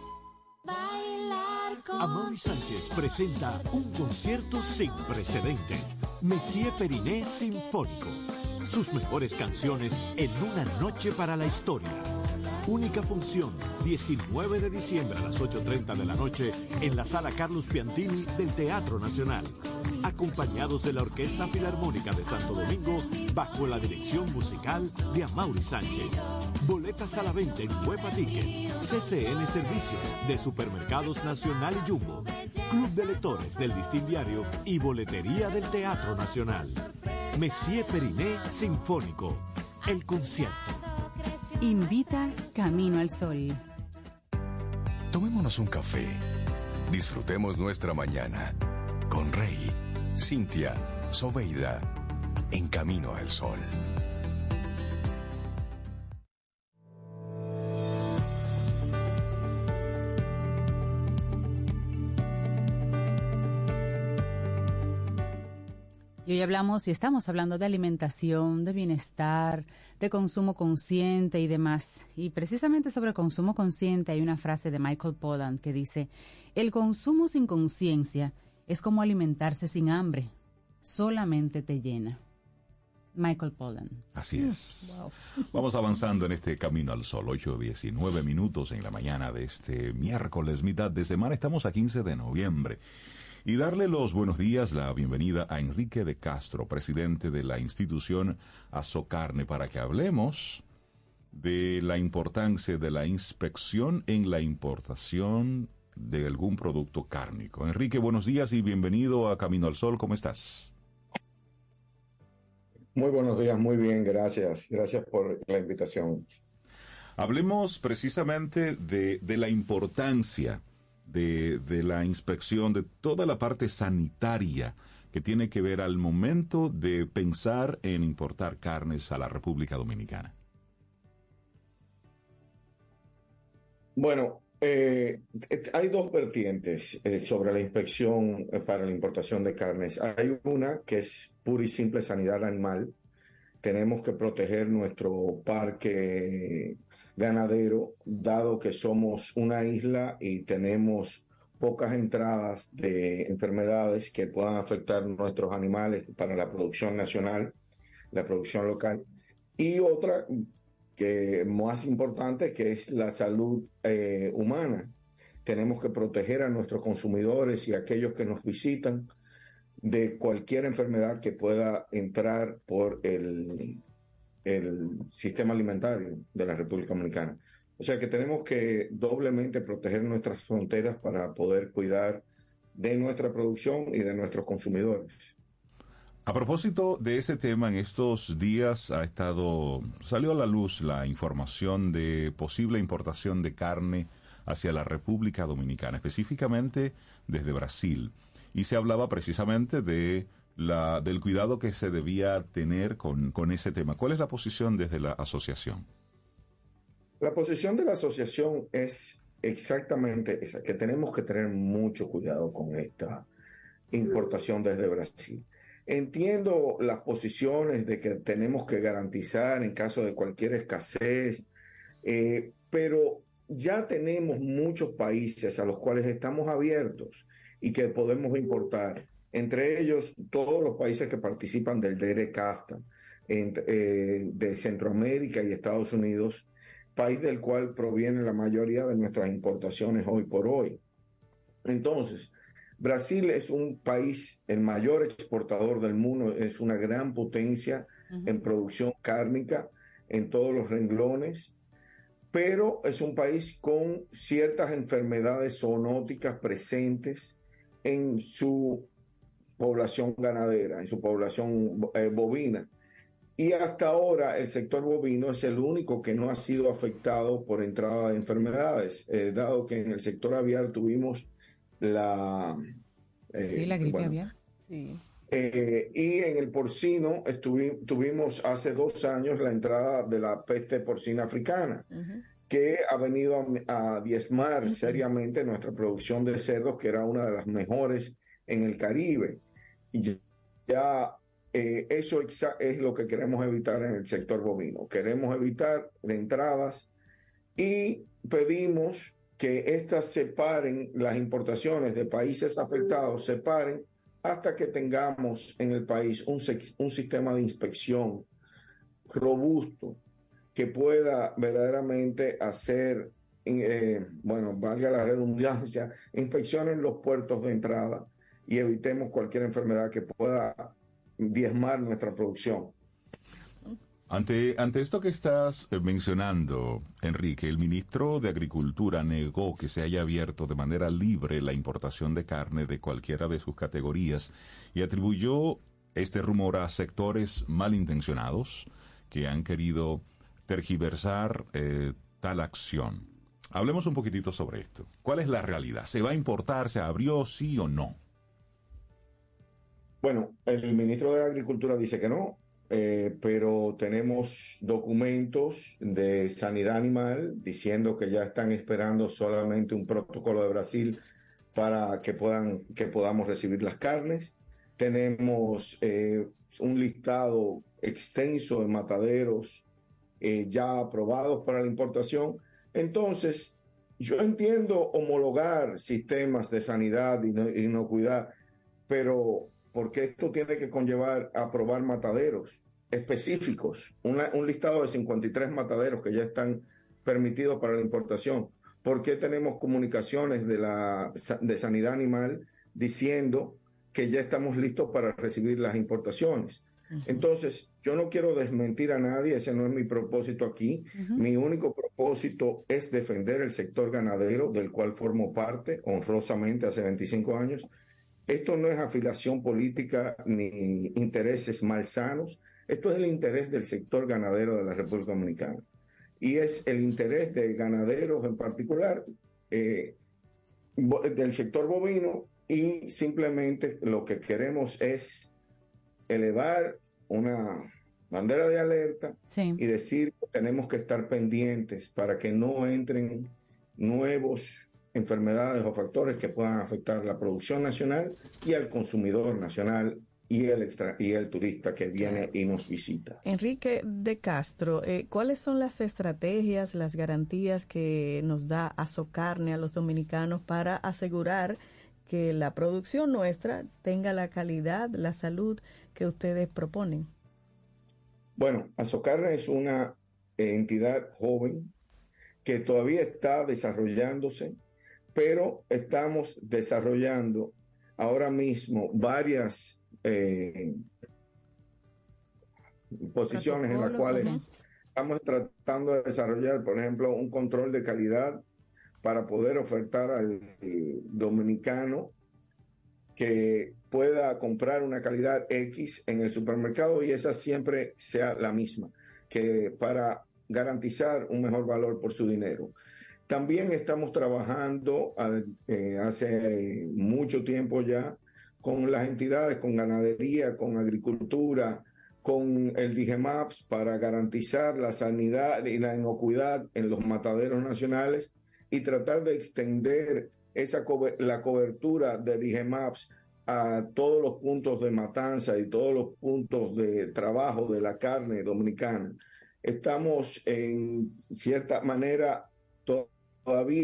Amaury Sánchez presenta un concierto sin precedentes. Messier Periné Sinfónico. Sus mejores canciones en una noche para la historia. Única función, 19 de diciembre a las 8:30 de la noche en la Sala Carlos Piantini del Teatro Nacional. Acompañados de la Orquesta Filarmónica de Santo Domingo bajo la dirección musical de Amaury Sánchez. Boletas a la venta en Huepa Ticket, CCN Servicios de Supermercados Nacional y Jumbo, Club de Lectores del Listín Diario y Boletería del Teatro Nacional. Messier Periné Sinfónico, el concierto. Invita Camino al Sol. Tomémonos un café. Disfrutemos nuestra mañana con Rey, Cintia, Soveida, en Camino al Sol. Y hoy hablamos y estamos hablando de alimentación, de bienestar, de consumo consciente y demás. Y precisamente sobre consumo consciente hay una frase de Michael Pollan que dice: el consumo sin conciencia es como alimentarse sin hambre, solamente te llena. Michael Pollan. Así es. Wow. Vamos avanzando en este Camino al Sol, 8:19 minutos en la mañana de este miércoles, mitad de semana. Estamos a 15 de noviembre. Y darle los buenos días, la bienvenida a Enrique de Castro, presidente de la institución Azocarne, para que hablemos de la importancia de la inspección en la importación de algún producto cárnico. Enrique, buenos días y bienvenido a Camino al Sol. ¿Cómo estás? Muy buenos días, muy bien, gracias. Gracias por la invitación. Hablemos precisamente de la importancia de la inspección, de toda la parte sanitaria que tiene que ver al momento de pensar en importar carnes a la República Dominicana. Bueno, hay dos vertientes sobre la inspección para la importación de carnes. Hay una que es pura y simple sanidad animal. Tenemos que proteger nuestro parque ganadero, dado que somos una isla y tenemos pocas entradas de enfermedades que puedan afectar nuestros animales para la producción nacional. la producción local. Y otra que más importante, que es la salud humana. Tenemos que proteger a nuestros consumidores y a aquellos que nos visitan de cualquier enfermedad que pueda entrar por el sistema alimentario de la República Dominicana. O sea que tenemos que doblemente proteger nuestras fronteras para poder cuidar de nuestra producción y de nuestros consumidores. A propósito de ese tema, en estos días salió a la luz la información de posible importación de carne hacia la República Dominicana, específicamente desde Brasil. Y se hablaba precisamente del cuidado que se debía tener con ese tema. ¿Cuál es la posición desde la asociación? La posición de la asociación es exactamente esa, que tenemos que tener mucho cuidado con esta importación desde Brasil. Entiendo las posiciones de que tenemos que garantizar en caso de cualquier escasez, pero ya tenemos muchos países a los cuales estamos abiertos y que podemos importar, entre ellos todos los países que participan del DERE-CAFTA, de Centroamérica y Estados Unidos, país del cual proviene la mayoría de nuestras importaciones hoy por hoy. Entonces, Brasil es un país, el mayor exportador del mundo, es una gran potencia en producción cárnica en todos los renglones, pero es un país con ciertas enfermedades zoonóticas presentes en su población ganadera, en su población bovina. Y hasta ahora el sector bovino es el único que no ha sido afectado por entrada de enfermedades, dado que en el sector aviar tuvimos la gripe aviar. Sí. Y en el porcino tuvimos hace 2 años la entrada de la peste porcina africana, que ha venido a diezmar seriamente nuestra producción de cerdos, que era una de las mejores en el Caribe. Y eso es lo que queremos evitar en el sector bovino. Queremos evitar de entradas y pedimos que estas separen, las importaciones de países afectados, separen hasta que tengamos en el país un sistema de inspección robusto que pueda verdaderamente hacer, valga la redundancia, inspecciones en los puertos de entrada y evitemos cualquier enfermedad que pueda diezmar nuestra producción. Ante esto que estás mencionando, Enrique, el ministro de Agricultura negó que se haya abierto de manera libre la importación de carne de cualquiera de sus categorías y atribuyó este rumor a sectores malintencionados que han querido tergiversar tal acción. Hablemos un poquitito sobre esto. ¿Cuál es la realidad? ¿Se va a importar? ¿Se abrió? ¿Sí o no? Bueno, el ministro de Agricultura dice que no. Pero tenemos documentos de sanidad animal diciendo que ya están esperando solamente un protocolo de Brasil para que podamos recibir las carnes. Tenemos un listado extenso de mataderos ya aprobados para la importación. Entonces, yo entiendo homologar sistemas de sanidad y inocuidad, pero porque esto tiene que conllevar a aprobar mataderos específicos, un listado de 53 mataderos que ya están permitidos para la importación. ¿Por qué tenemos comunicaciones de sanidad animal diciendo que ya estamos listos para recibir las importaciones? Entonces, yo no quiero desmentir a nadie, ese no es mi propósito aquí. Mi único propósito es defender el sector ganadero, del cual formo parte honrosamente hace 25 años. Esto no es afiliación política ni intereses malsanos. Esto es el interés del sector ganadero de la República Dominicana. Y es el interés de ganaderos en particular, del sector bovino, y simplemente lo que queremos es elevar una bandera de alerta y decir que tenemos que estar pendientes para que no entren nuevos enfermedades o factores que puedan afectar la producción nacional y al consumidor nacional y el turista que viene y nos visita. Enrique de Castro, ¿cuáles son las estrategias, las garantías que nos da Azocarne a los dominicanos para asegurar que la producción nuestra tenga la calidad, la salud que ustedes proponen? Bueno, Azocarne es una entidad joven que todavía está desarrollándose, pero estamos desarrollando ahora mismo varias posiciones en las cuales estamos tratando de desarrollar, por ejemplo, un control de calidad para poder ofertar al dominicano que pueda comprar una calidad X en el supermercado y esa siempre sea la misma, que para garantizar un mejor valor por su dinero. También estamos trabajando hace mucho tiempo ya con las entidades, con ganadería, con agricultura, con el DIGEMAPS para garantizar la sanidad y la inocuidad en los mataderos nacionales y tratar de extender la cobertura de DIGEMAPS a todos los puntos de matanza y todos los puntos de trabajo de la carne dominicana. Estamos en cierta manera todavía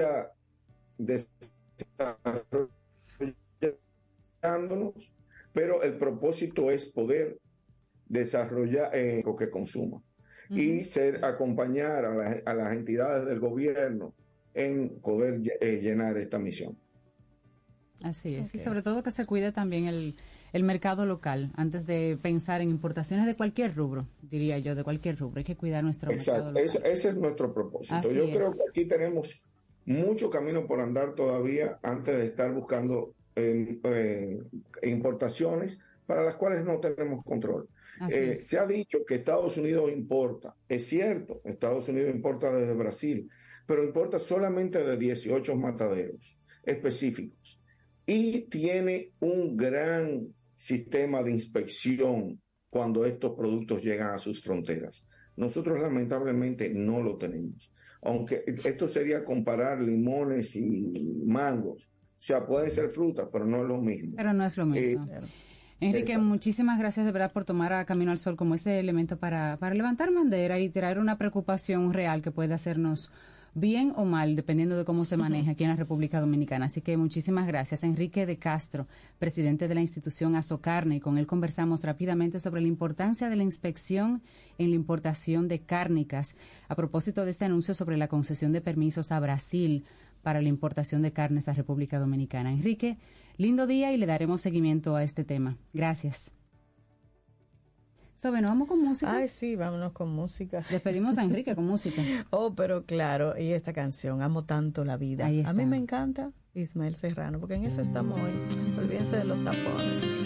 desarrollándonos, pero el propósito es poder desarrollar lo que consuma y acompañar a las entidades del gobierno en poder llenar esta misión. Así es, y sobre todo que se cuide también el mercado local antes de pensar en importaciones de cualquier rubro, diría yo, de cualquier rubro. Hay que cuidar nuestro mercado local. Ese es nuestro propósito. Yo creo que aquí tenemos mucho camino por andar todavía antes de estar buscando importaciones para las cuales no tenemos control. Se ha dicho que Estados Unidos importa. Es cierto, Estados Unidos importa desde Brasil, pero importa solamente de 18 mataderos específicos. Y tiene un gran sistema de inspección cuando estos productos llegan a sus fronteras. Nosotros lamentablemente no lo tenemos. Aunque esto sería comparar limones y mangos. O sea, pueden ser frutas, pero no es lo mismo. Pero no es lo mismo. Enrique, exacto. Muchísimas gracias de verdad por tomar a Camino al Sol como ese elemento para levantar bandera y traer una preocupación real que puede hacernos bien o mal, dependiendo de cómo se maneja aquí en la República Dominicana. Así que muchísimas gracias. Enrique de Castro, presidente de la institución Azocarne, y con él conversamos rápidamente sobre la importancia de la inspección en la importación de cárnicas, a propósito de este anuncio sobre la concesión de permisos a Brasil para la importación de carnes a República Dominicana. Enrique, lindo día y le daremos seguimiento a este tema. Gracias. Sobe, ¿nos vamos con música? Ay, sí, vámonos con música. Despedimos a Enrique con música. Oh, pero claro, y esta canción, Amo Tanto la Vida. A mí me encanta Ismael Serrano, porque en eso estamos hoy. Olvídense de los tapones.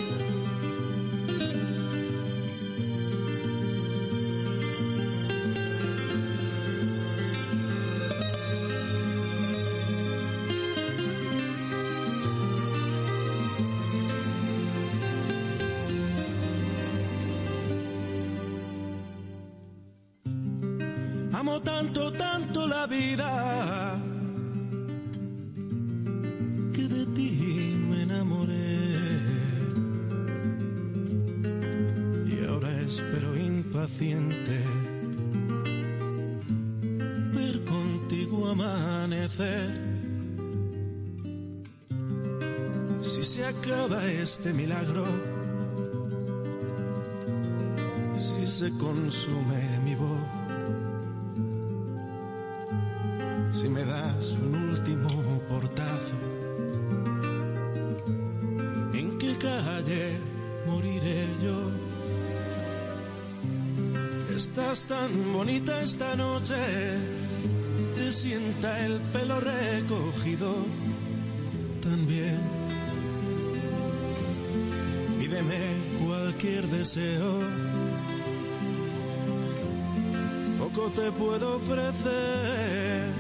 Amo tanto, tanto la vida, que de ti me enamoré. Y ahora espero impaciente ver contigo amanecer. Si se acaba este milagro, si se consume mi voz, si me das un último portazo, ¿en qué calle moriré yo? Estás tan bonita esta noche, te sienta el pelo recogido tan bien. Pídeme cualquier deseo, poco te puedo ofrecer.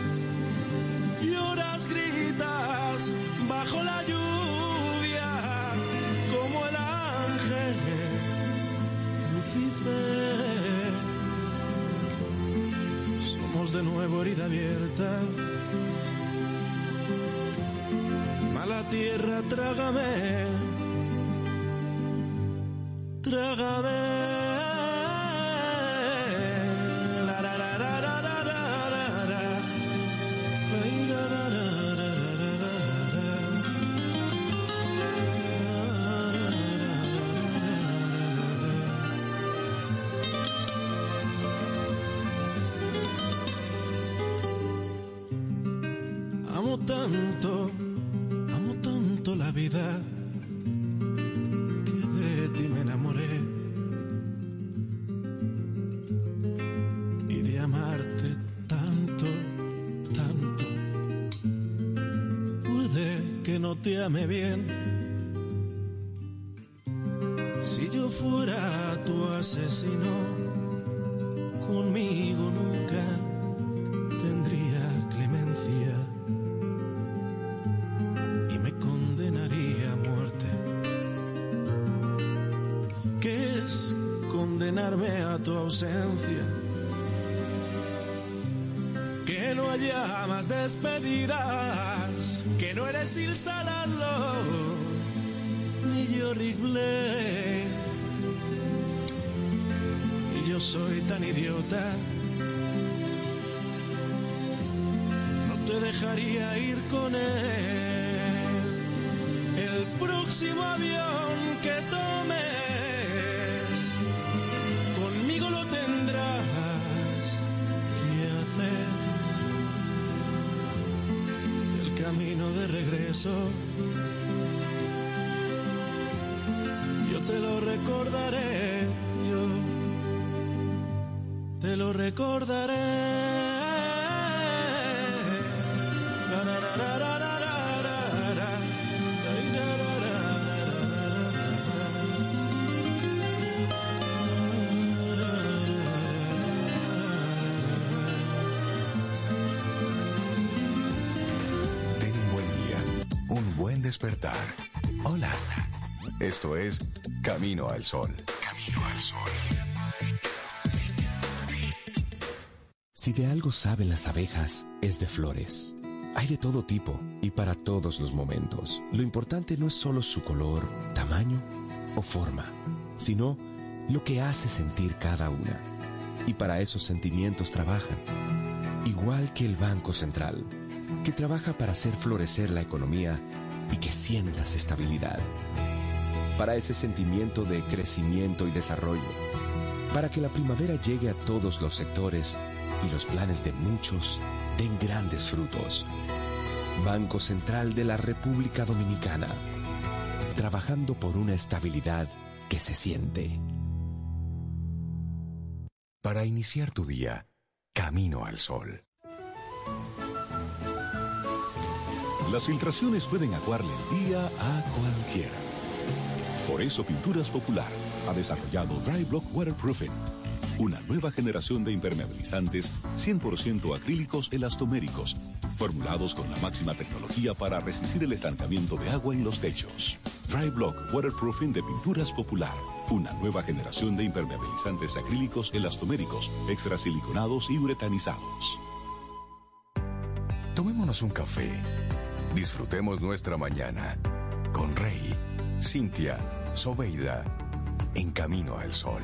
Lloras, gritas bajo la lluvia como el ángel Lucifer. Somos de nuevo herida abierta. Mala tierra, trágame, trágame. amo tanto la vida, que de ti me enamoré. Y de amarte tanto, tanto, puede que no te ame bien. Si yo fuera tu asesino, conmigo nunca tendría clemencia y me condenaría a muerte. ¿Qué es condenarme a tu ausencia? Que no haya más despedidas, que no eres Ilsa Lalo ni yo Rigley, y yo soy tan idiota. Te dejaría ir con él. El próximo avión que tomes, conmigo lo tendrás que hacer. El camino de regreso, yo te lo recordaré, yo te lo recordaré. Despertar. Hola. Esto es Camino al Sol. Camino al Sol. Si de algo saben las abejas, es de flores. Hay de todo tipo y para todos los momentos. Lo importante no es solo su color, tamaño o forma, sino lo que hace sentir cada una. Y para esos sentimientos trabajan. Igual que el Banco Central, que trabaja para hacer florecer la economía y que sientas estabilidad. Para ese sentimiento de crecimiento y desarrollo. Para que la primavera llegue a todos los sectores y los planes de muchos den grandes frutos. Banco Central de la República Dominicana. Trabajando por una estabilidad que se siente. Para iniciar tu día, Camino al Sol. Las filtraciones pueden aguarle el día a cualquiera. Por eso Pinturas Popular ha desarrollado Dry Block Waterproofing, una nueva generación de impermeabilizantes 100% acrílicos elastoméricos, formulados con la máxima tecnología para resistir el estancamiento de agua en los techos. Dry Block Waterproofing de Pinturas Popular, una nueva generación de impermeabilizantes acrílicos elastoméricos, extrasiliconados y uretanizados. Tomémonos un café. Disfrutemos nuestra mañana con Rey, Cintia, Soveida, en Camino al Sol.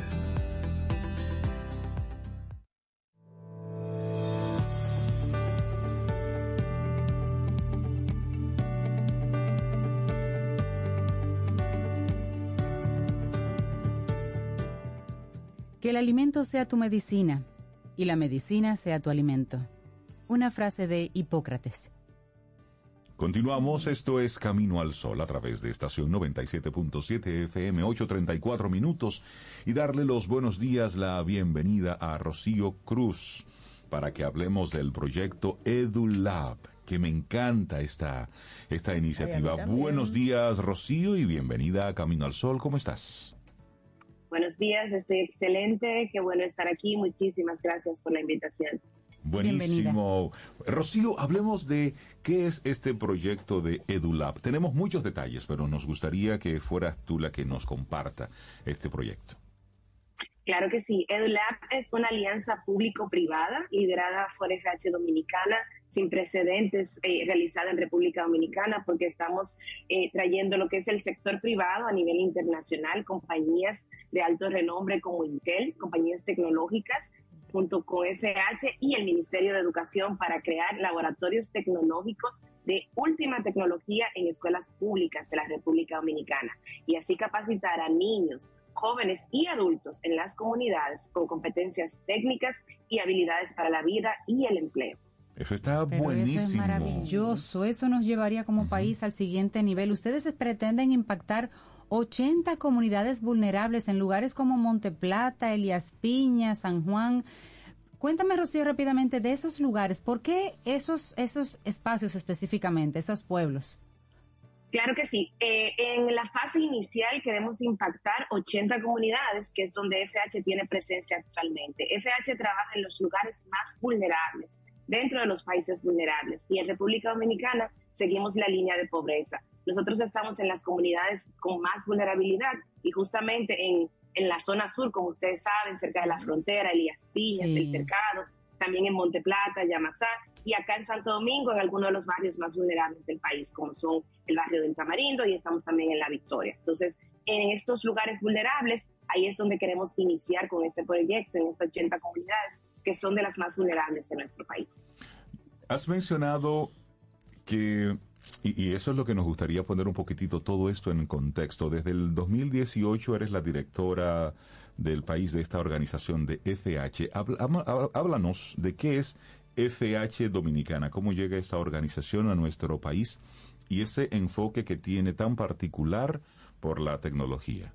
Que el alimento sea tu medicina y la medicina sea tu alimento. Una frase de Hipócrates. Continuamos, esto es Camino al Sol a través de estación 97.7 FM, 8:34 minutos, y darle los buenos días, la bienvenida a Rocío Cruz para que hablemos del proyecto EduLab, que me encanta esta iniciativa. Buenos días, Rocío, y bienvenida a Camino al Sol. ¿Cómo estás? Buenos días, estoy excelente, qué bueno estar aquí, muchísimas gracias por la invitación. Buenísimo. Bienvenida. Rocío, hablemos de qué es este proyecto de EduLab. Tenemos muchos detalles, pero nos gustaría que fueras tú la que nos comparta este proyecto. Claro que sí. EduLab es una alianza público-privada liderada por FH Dominicana, sin precedentes, realizada en República Dominicana, porque estamos trayendo lo que es el sector privado a nivel internacional, compañías de alto renombre como Intel, compañías tecnológicas, junto con FH y el Ministerio de Educación, para crear laboratorios tecnológicos de última tecnología en escuelas públicas de la República Dominicana, y así capacitar a niños, jóvenes y adultos en las comunidades con competencias técnicas y habilidades para la vida y el empleo. Eso está Pero buenísimo. eso es maravilloso. Eso nos llevaría como país al siguiente nivel. Ustedes pretenden impactar 80 comunidades vulnerables en lugares como Monteplata, Elías Piña, San Juan. Cuéntame, Rocío, rápidamente de esos lugares. ¿Por qué esos espacios específicamente, esos pueblos? Claro que sí. En la fase inicial queremos impactar 80 comunidades, que es donde FH tiene presencia actualmente. FH trabaja en los lugares más vulnerables, dentro de los países vulnerables. Y en República Dominicana seguimos la línea de pobreza. Nosotros estamos en las comunidades con más vulnerabilidad y justamente en la zona sur, como ustedes saben, cerca de la frontera, Elías Piñas, El Cercado, también en Monteplata, Yamasá, y acá en Santo Domingo, en algunos de los barrios más vulnerables del país, como son el barrio del Tamarindo y estamos también en La Victoria. Entonces, en estos lugares vulnerables, ahí es donde queremos iniciar con este proyecto, en estas 80 comunidades, que son de las más vulnerables de nuestro país. Has mencionado que, y eso es lo que nos gustaría poner un poquitito todo esto en contexto, desde el 2018 eres la directora del país de esta organización de FH. Háblanos de qué es FH Dominicana, cómo llega esta organización a nuestro país y ese enfoque que tiene tan particular por la tecnología.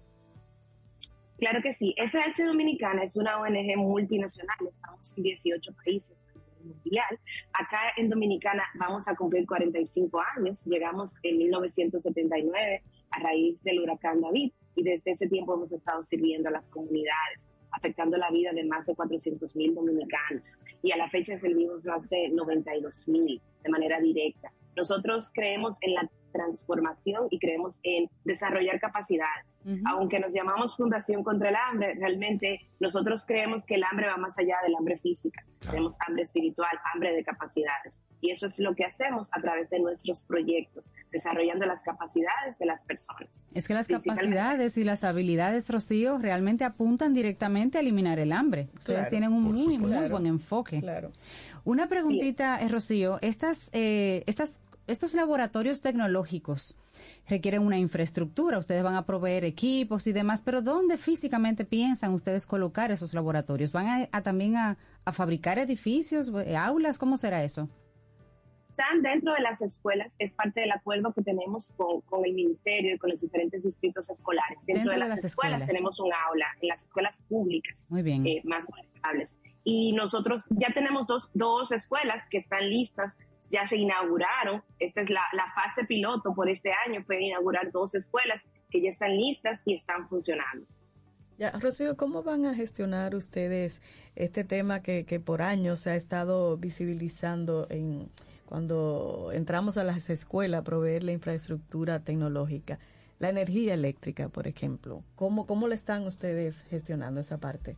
Claro que sí. FH Dominicana es una ONG multinacional, estamos en 18 países mundial. Acá en Dominicana vamos a cumplir 45 años, llegamos en 1979 a raíz del huracán David y desde ese tiempo hemos estado sirviendo a las comunidades, afectando la vida de más de 400,000 dominicanos y a la fecha servimos más de 92,000 de manera directa. Nosotros creemos en la transformación y creemos en desarrollar capacidades. Aunque nos llamamos Fundación contra el Hambre, realmente nosotros creemos que el hambre va más allá del hambre física. Tenemos hambre espiritual, hambre de capacidades. Y eso es lo que hacemos a través de nuestros proyectos, desarrollando las capacidades de las personas. Es que las capacidades y las habilidades, Rocío, realmente apuntan directamente a eliminar el hambre. Ustedes tienen un muy buen enfoque. Una preguntita, Rocío, estos laboratorios tecnológicos requieren una infraestructura, ustedes van a proveer equipos y demás, pero ¿dónde físicamente piensan ustedes colocar esos laboratorios? ¿Van también a fabricar edificios, aulas? ¿Cómo será eso? Están dentro de las escuelas, es parte del acuerdo que tenemos con el ministerio y con los diferentes distritos escolares. Dentro de las escuelas tenemos un aula, en las escuelas públicas más vulnerables. Y nosotros ya tenemos dos escuelas que están listas, ya se inauguraron. Esta es la fase piloto por este año, fue inaugurar 2 escuelas que ya están listas y están funcionando. Ya, Rocío, ¿cómo van a gestionar ustedes este tema que por años se ha estado visibilizando cuando entramos a las escuelas a proveer la infraestructura tecnológica? La energía eléctrica, por ejemplo. ¿Cómo le están ustedes gestionando esa parte?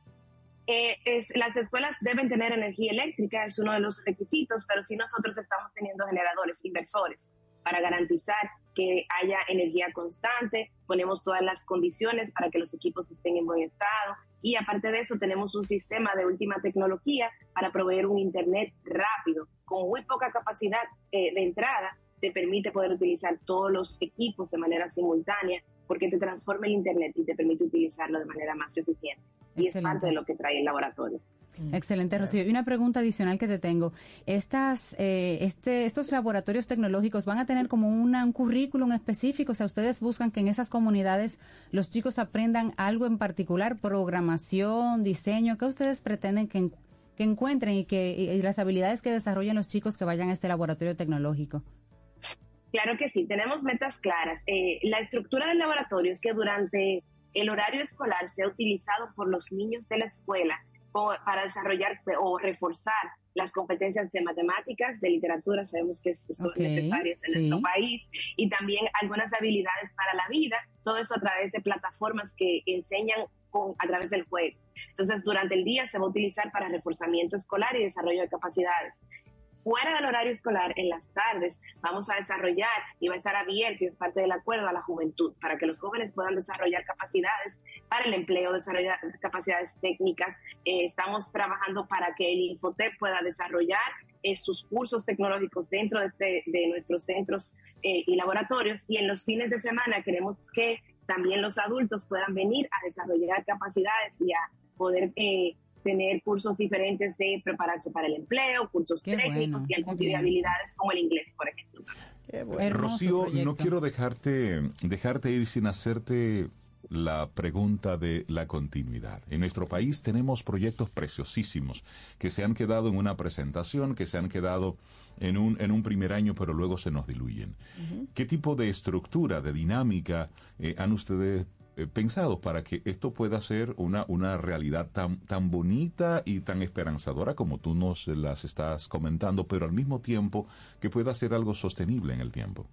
Las escuelas deben tener energía eléctrica, es uno de los requisitos, pero sí nosotros estamos teniendo generadores, inversores, para garantizar que haya energía constante, ponemos todas las condiciones para que los equipos estén en buen estado y aparte de eso tenemos un sistema de última tecnología para proveer un internet rápido, con muy poca capacidad de entrada, te permite poder utilizar todos los equipos de manera simultánea porque te transforma el internet y te permite utilizarlo de manera más eficiente. Y es parte de lo que trae el laboratorio. Excelente, Rocío. Y una pregunta adicional que te tengo. Estos laboratorios tecnológicos van a tener como un currículum específico. O sea, ustedes buscan que en esas comunidades los chicos aprendan algo en particular, programación, diseño. ¿Qué ustedes pretenden que encuentren y las habilidades que desarrollen los chicos que vayan a este laboratorio tecnológico? Claro que sí, tenemos metas claras. La estructura del laboratorio es que durante el horario escolar se ha utilizado por los niños de la escuela para desarrollar o reforzar las competencias de matemáticas, de literatura, sabemos que son necesarias en nuestro país, y también algunas habilidades para la vida, todo eso a través de plataformas que enseñan a través del juego. Entonces, durante el día se va a utilizar para reforzamiento escolar y desarrollo de capacidades. Fuera del horario escolar, en las tardes, vamos a desarrollar y va a estar abierto, y es parte del acuerdo, a la juventud, para que los jóvenes puedan desarrollar capacidades para el empleo, desarrollar capacidades técnicas. Estamos trabajando para que el Infotep pueda desarrollar sus cursos tecnológicos dentro de nuestros centros y laboratorios, y en los fines de semana queremos que también los adultos puedan venir a desarrollar capacidades y a poder tener cursos diferentes de prepararse para el empleo, cursos técnicos y algunas habilidades como el inglés, por ejemplo. Rocío, no quiero dejarte ir sin hacerte la pregunta de la continuidad. En nuestro país tenemos proyectos preciosísimos que se han quedado en una presentación, que se han quedado en un primer año, pero luego se nos diluyen. ¿Qué tipo de estructura, de dinámica han ustedes pensado para que esto pueda ser una realidad tan bonita y tan esperanzadora como tú nos las estás comentando, pero al mismo tiempo que pueda ser algo sostenible en el tiempo?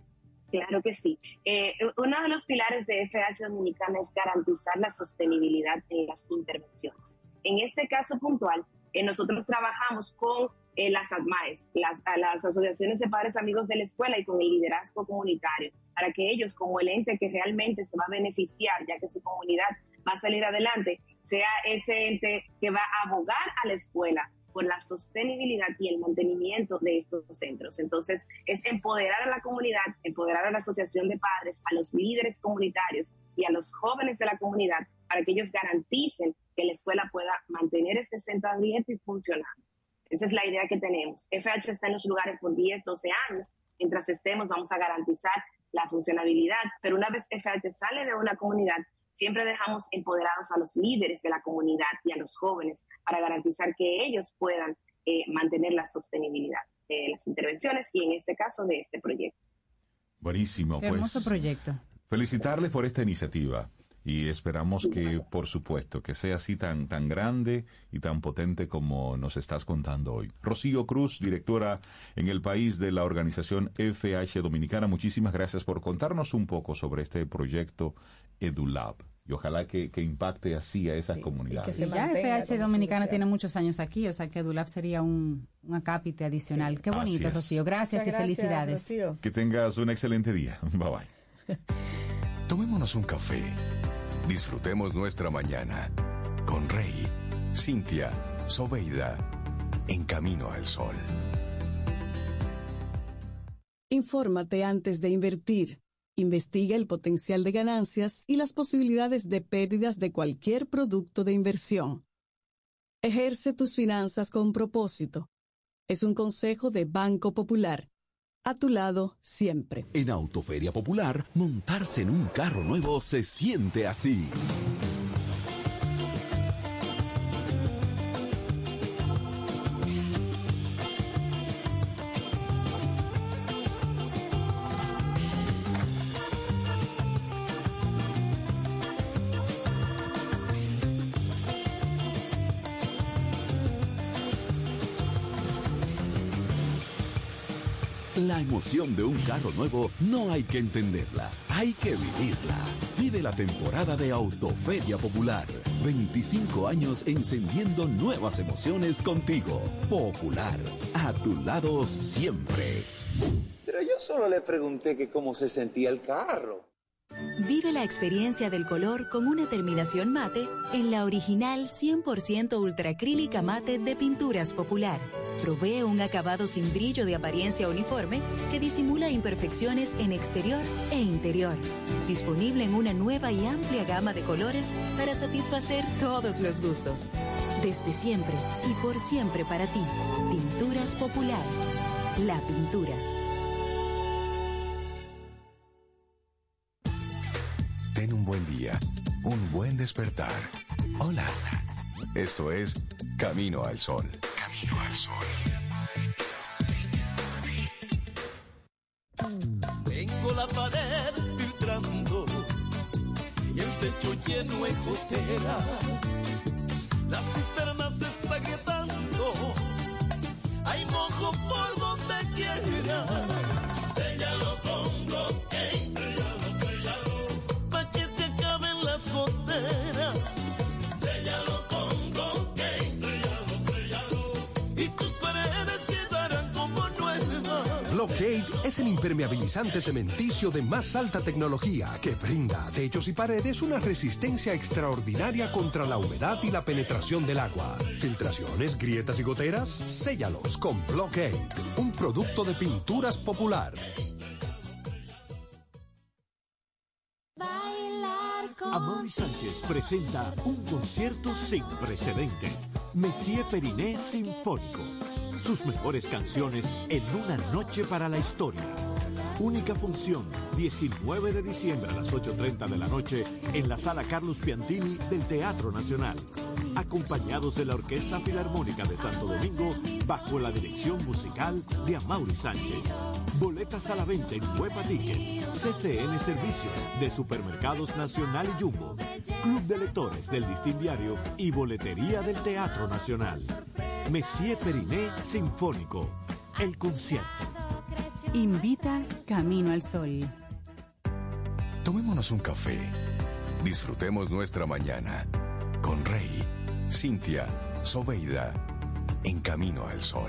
Claro que sí. Uno de los pilares de FH Dominicana es garantizar la sostenibilidad de las intervenciones. En este caso puntual, nosotros trabajamos con las ADMAES, las asociaciones de padres amigos de la escuela, y con el liderazgo comunitario, para que ellos, como el ente que realmente se va a beneficiar, ya que su comunidad va a salir adelante, sea ese ente que va a abogar a la escuela por la sostenibilidad y el mantenimiento de estos centros. Entonces, es empoderar a la comunidad, empoderar a la asociación de padres, a los líderes comunitarios y a los jóvenes de la comunidad, para que ellos garanticen que la escuela pueda mantener este centro abierto y funcionando. Esa es la idea que tenemos. FH está en los lugares por 10, 12 años. Mientras estemos, vamos a garantizar la funcionabilidad, pero una vez FH sale de una comunidad, siempre dejamos empoderados a los líderes de la comunidad y a los jóvenes para garantizar que ellos puedan mantener la sostenibilidad de las intervenciones y en este caso de este proyecto. Buenísimo. Qué hermoso proyecto. Felicitarles por esta iniciativa y esperamos que, por supuesto, que sea así tan grande y tan potente como nos estás contando hoy. Rocío Cruz, directora en el país de la organización FH Dominicana, muchísimas gracias por contarnos un poco sobre este proyecto EduLab. Y ojalá que impacte así a esas comunidades. Y ya FH Dominicana tiene muchos años aquí, o sea que EduLab sería un acápite adicional. Qué bonito, Rocío. Gracias y felicidades. Rocío. Que tengas un excelente día. Bye bye. Tomémonos un café. Disfrutemos nuestra mañana con Rey, Cintia, Soveida, en Camino al Sol. Infórmate antes de invertir. Investiga el potencial de ganancias y las posibilidades de pérdidas de cualquier producto de inversión. Ejerce tus finanzas con propósito. Es un consejo de Banco Popular. A tu lado siempre. En Autoferia Popular, montarse en un carro nuevo se siente así. La emoción de un carro nuevo no hay que entenderla, hay que vivirla. Vive la temporada de Autoferia Popular. 25 años encendiendo nuevas emociones contigo. Popular, a tu lado siempre. Pero yo solo le pregunté que cómo se sentía el carro. Vive la experiencia del color con una terminación mate en la original 100% ultracrílica mate de Pinturas Popular. Provee un acabado sin brillo de apariencia uniforme que disimula imperfecciones en exterior e interior. Disponible en una nueva y amplia gama de colores para satisfacer todos los gustos. Desde siempre y por siempre para ti. Pinturas Popular. La pintura. Ten un buen día, un buen despertar. Hola. Esto es Camino al Sol. Camino al Sol. Tengo la pared filtrando y el techo lleno de gotera. Las cisternas se está agrietando. Hay mojo por donde quiera. Séllalo con blockade. Pa' que se acaben las goteras. Séllalo con blockade. Y tus paredes quedarán como nuevas. Blockade es el impermeabilizante cementicio de más alta tecnología que brinda a techos y paredes una resistencia extraordinaria contra la humedad y la penetración del agua. Filtraciones, grietas y goteras, séllalos con Blockade, un producto de Pinturas Popular. Bailar con Amaury Sánchez presenta un concierto sin precedentes. Messier Periné Sinfónico. Sus mejores canciones en una noche para la historia. Única función, 19 de diciembre a las 8:30 de la noche en la Sala Carlos Piantini del Teatro Nacional. Acompañados de la Orquesta Filarmónica de Santo Domingo bajo la dirección musical de Amaury Sánchez. Boletas a la venta en Huepa Ticket, CCN Servicios de Supermercados Nacional y Jumbo, Club de Lectores del Listín Diario y Boletería del Teatro Nacional. Messier Periné Sinfónico, el concierto. Invita Camino al Sol. Tomémonos un café. Disfrutemos nuestra mañana con Rey, Cintia, Soveida, en Camino al Sol.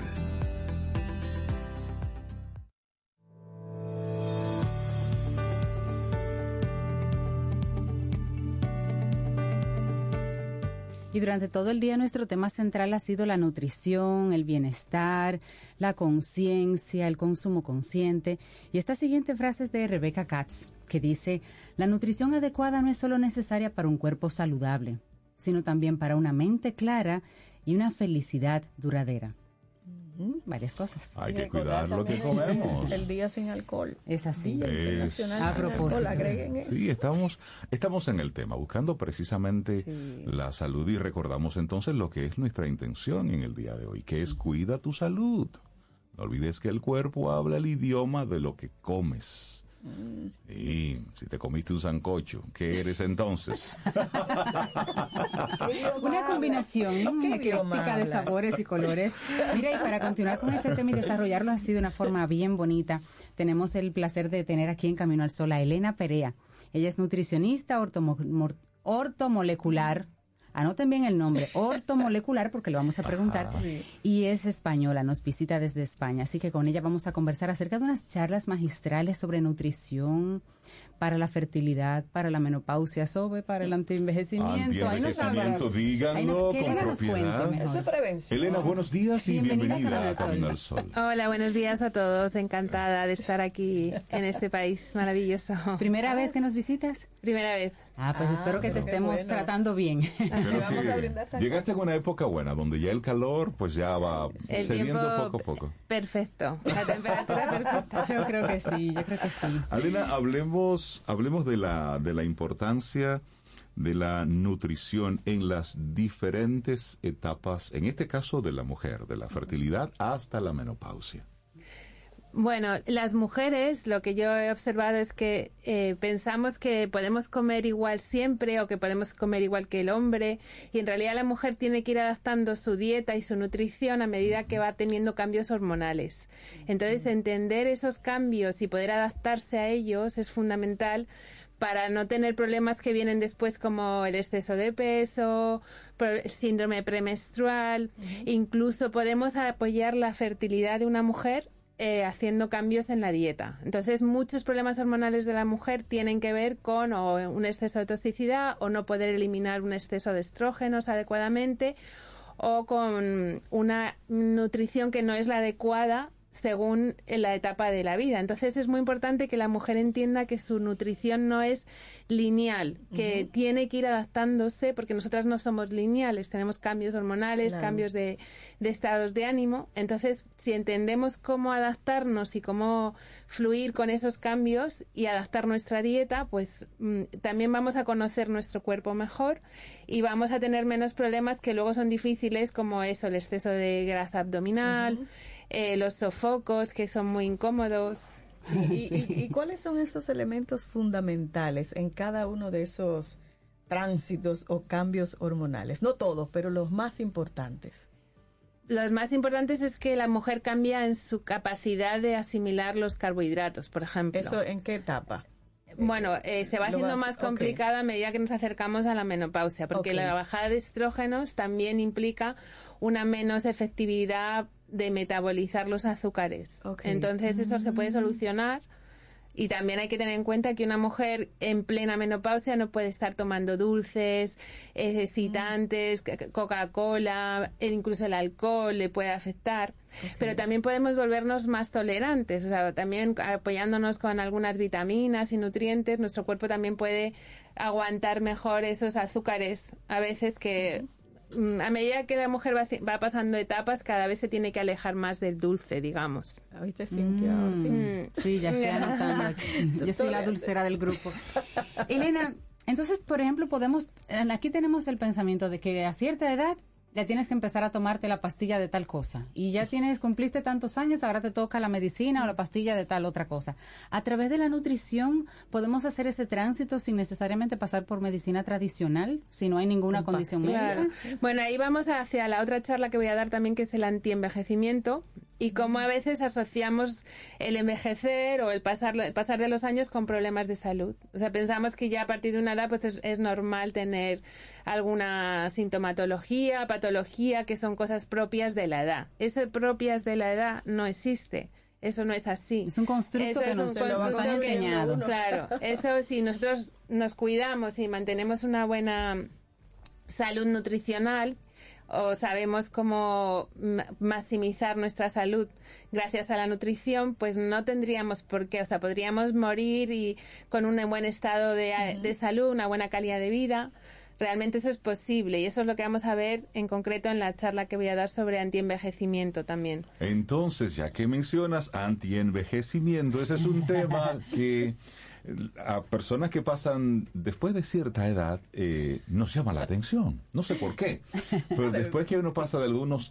Y durante todo el día nuestro tema central ha sido la nutrición, el bienestar, la conciencia, el consumo consciente. Y esta siguiente frase es de Rebecca Katz, que dice: la nutrición adecuada no es solo necesaria para un cuerpo saludable, sino también para una mente clara y una felicidad duradera. Varias cosas. Hay que cuidar lo que comemos. El día sin alcohol. Es así. A propósito. Sí, estamos en el tema, buscando precisamente la salud, y recordamos entonces lo que es nuestra intención en el día de hoy, que es cuida tu salud. No olvides que el cuerpo habla el idioma de lo que comes. Y si te comiste un sancocho, ¿qué eres entonces? Una combinación ecléctica de sabores y colores. Mira, y para continuar con este tema y desarrollarlo así de una forma bien bonita, tenemos el placer de tener aquí en Camino al Sol a Elena Perea. Ella es nutricionista ortomolecular. Anoten bien el nombre, ortomolecular, porque lo vamos a preguntar. Y es española, nos visita desde España. Así que con ella vamos a conversar acerca de unas charlas magistrales sobre nutrición para la fertilidad, para la menopausia, para el antienvejecimiento. Díganlo con propiedad. Eso es prevención. Elena, buenos días y bienvenida a Camino al Sol. Hola, buenos días a todos. Encantada de estar aquí en este país maravilloso. ¿Primera vez que nos visitas? Primera vez. Pues espero que te estemos tratando bien. Llegaste en una época buena, donde ya el calor pues ya va cediendo poco a poco. Perfecto, la temperatura perfecta. Yo creo que sí. Elena, hablemos de la importancia de la nutrición en las diferentes etapas, en este caso de la mujer, de la fertilidad hasta la menopausia. Bueno, las mujeres, lo que yo he observado es que pensamos que podemos comer igual siempre o que podemos comer igual que el hombre, y en realidad la mujer tiene que ir adaptando su dieta y su nutrición a medida que va teniendo cambios hormonales. Entonces, entender esos cambios y poder adaptarse a ellos es fundamental para no tener problemas que vienen después, como el exceso de peso, síndrome premenstrual. Incluso podemos apoyar la fertilidad de una mujer haciendo cambios en la dieta. Entonces, muchos problemas hormonales de la mujer tienen que ver con o un exceso de toxicidad, o no poder eliminar un exceso de estrógenos adecuadamente, o con una nutrición que no es la adecuada según la etapa de la vida. Entonces es muy importante que la mujer entienda que su nutrición no es lineal, que tiene que ir adaptándose, porque nosotras no somos lineales, tenemos cambios hormonales, cambios de estados de ánimo. Entonces, si entendemos cómo adaptarnos y cómo fluir con esos cambios y adaptar nuestra dieta, pues también vamos a conocer nuestro cuerpo mejor y vamos a tener menos problemas que luego son difíciles, como eso, el exceso de grasa abdominal, los sofocos, que son muy incómodos. ¿Y cuáles son esos elementos fundamentales en cada uno de esos tránsitos o cambios hormonales? No todos, pero los más importantes. Los más importantes es que la mujer cambia en su capacidad de asimilar los carbohidratos, por ejemplo. ¿Eso en qué etapa? Bueno, se va haciendo más complicada a medida que nos acercamos a la menopausia, porque la bajada de estrógenos también implica una menos efectividad de metabolizar los azúcares. Entonces eso se puede solucionar Y también hay que tener en cuenta que una mujer en plena menopausia no puede estar tomando dulces, excitantes, Coca-Cola, incluso el alcohol le puede afectar. Pero también podemos volvernos más tolerantes, o sea, también apoyándonos con algunas vitaminas y nutrientes, nuestro cuerpo también puede aguantar mejor esos azúcares. A veces que a medida que la mujer va pasando etapas, cada vez se tiene que alejar más del dulce, digamos. ¿Viste, Cintia? Sí, ya estoy anotando aquí. Yo soy la dulcera del grupo. Elena, entonces, por ejemplo, aquí tenemos el pensamiento de que a cierta edad ya tienes que empezar a tomarte la pastilla de tal cosa. Y ya cumpliste tantos años, ahora te toca la medicina o la pastilla de tal otra cosa. A través de la nutrición podemos hacer ese tránsito sin necesariamente pasar por medicina tradicional, si no hay ninguna condición médica. Bueno, ahí vamos hacia la otra charla que voy a dar también, que es el antienvejecimiento, y cómo a veces asociamos el envejecer o el pasar de los años con problemas de salud. O sea, pensamos que ya a partir de una edad pues es normal tener alguna sintomatología, patología, que son cosas propias de la edad. Eso propias de la edad no existe. Eso no es así. Es un constructo que nos han enseñado. Claro, eso si nosotros nos cuidamos y mantenemos una buena salud nutricional, o sabemos cómo maximizar nuestra salud gracias a la nutrición, pues no tendríamos por qué, o sea, podríamos morir y con un buen estado de salud, una buena calidad de vida. Realmente eso es posible y eso es lo que vamos a ver en concreto en la charla que voy a dar sobre antienvejecimiento también. Entonces, ya que mencionas antienvejecimiento, ese es un tema que a personas que pasan después de cierta edad nos llama la atención. No sé por qué. Pero después que uno pasa de algunos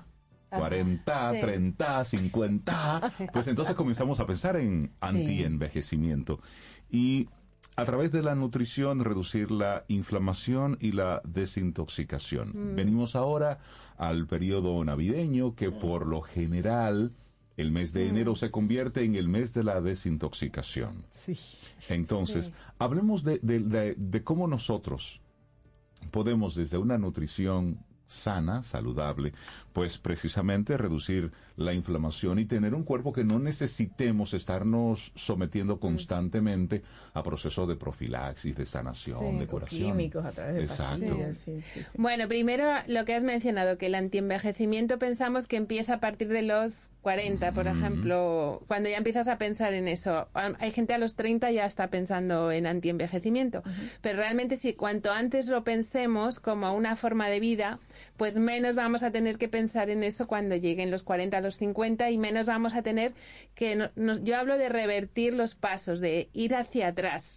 40, 30, 50, pues entonces comenzamos a pensar en antienvejecimiento. Y a través de la nutrición reducir la inflamación y la desintoxicación. Venimos ahora al periodo navideño, que por lo general el mes de enero se convierte en el mes de la desintoxicación. Sí. Entonces, hablemos de cómo nosotros podemos desde una nutrición sana, saludable, pues precisamente reducir la inflamación y tener un cuerpo que no necesitemos estarnos sometiendo constantemente a procesos de profilaxis, de sanación, de curación. Químicos a través de pastillas. Sí. Bueno, primero lo que has mencionado, que el antienvejecimiento pensamos que empieza a partir de los 40, por ejemplo, cuando ya empiezas a pensar en eso. Hay gente a los 30 ya está pensando en antienvejecimiento, pero realmente si cuanto antes lo pensemos como una forma de vida, pues menos vamos a tener que pensar en eso cuando lleguen los 40 a los 50 y menos vamos a tener que... yo hablo de revertir los pasos, de ir hacia atrás,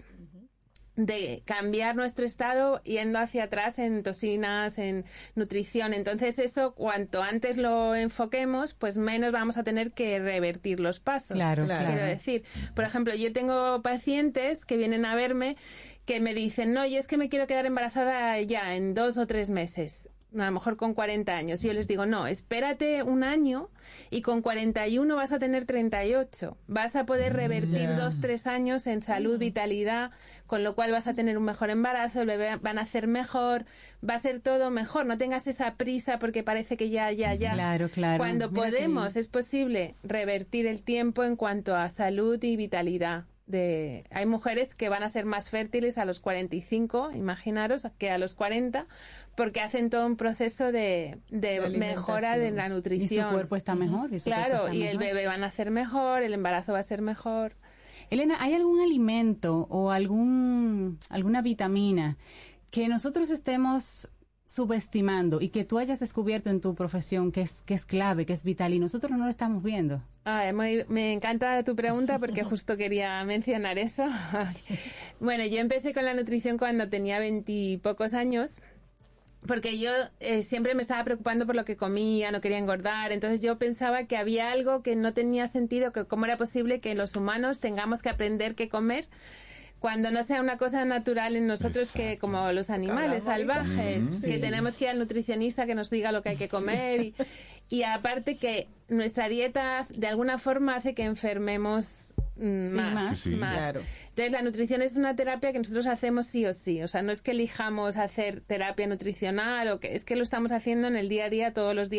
de cambiar nuestro estado yendo hacia atrás en toxinas, en nutrición. Entonces eso, cuanto antes lo enfoquemos, pues menos vamos a tener que revertir los pasos. Claro. Quiero decir, por ejemplo, yo tengo pacientes que vienen a verme que me dicen, no, yo es que me quiero quedar embarazada ya en 2 o 3 meses. A lo mejor con 40 años. Y yo les digo, no, espérate un año y con 41 vas a tener 38. Vas a poder revertir 2, 3 años en salud, vitalidad, con lo cual vas a tener un mejor embarazo, el bebé va a nacer mejor, va a ser todo mejor. No tengas esa prisa porque parece que ya. Claro. Cuando podemos, es posible revertir el tiempo en cuanto a salud y vitalidad. Hay mujeres que van a ser más fértiles a los 45, imaginaros, que a los 40, porque hacen todo un proceso de mejora de la nutrición. Y su cuerpo está mejor. Y el bebé va a nacer mejor, el embarazo va a ser mejor. Elena, ¿hay algún alimento o alguna vitamina que nosotros estemos subestimando y que tú hayas descubierto en tu profesión que es clave, que es vital y nosotros no lo estamos viendo? Me encanta tu pregunta porque justo quería mencionar eso. Bueno, yo empecé con la nutrición cuando tenía 20 y pocos años, porque yo siempre me estaba preocupando por lo que comía, no quería engordar, entonces yo pensaba que había algo que no tenía sentido, que cómo era posible que los humanos tengamos que aprender qué comer cuando no sea una cosa natural en nosotros. Exacto. Que como los animales salvajes, que tenemos que ir al nutricionista que nos diga lo que hay que comer y aparte que nuestra dieta de alguna forma hace que enfermemos más. Claro. Entonces la nutrición es una terapia que nosotros hacemos sí o sí, o sea, no es que elijamos hacer terapia nutricional es que lo estamos haciendo en el día a día todos los días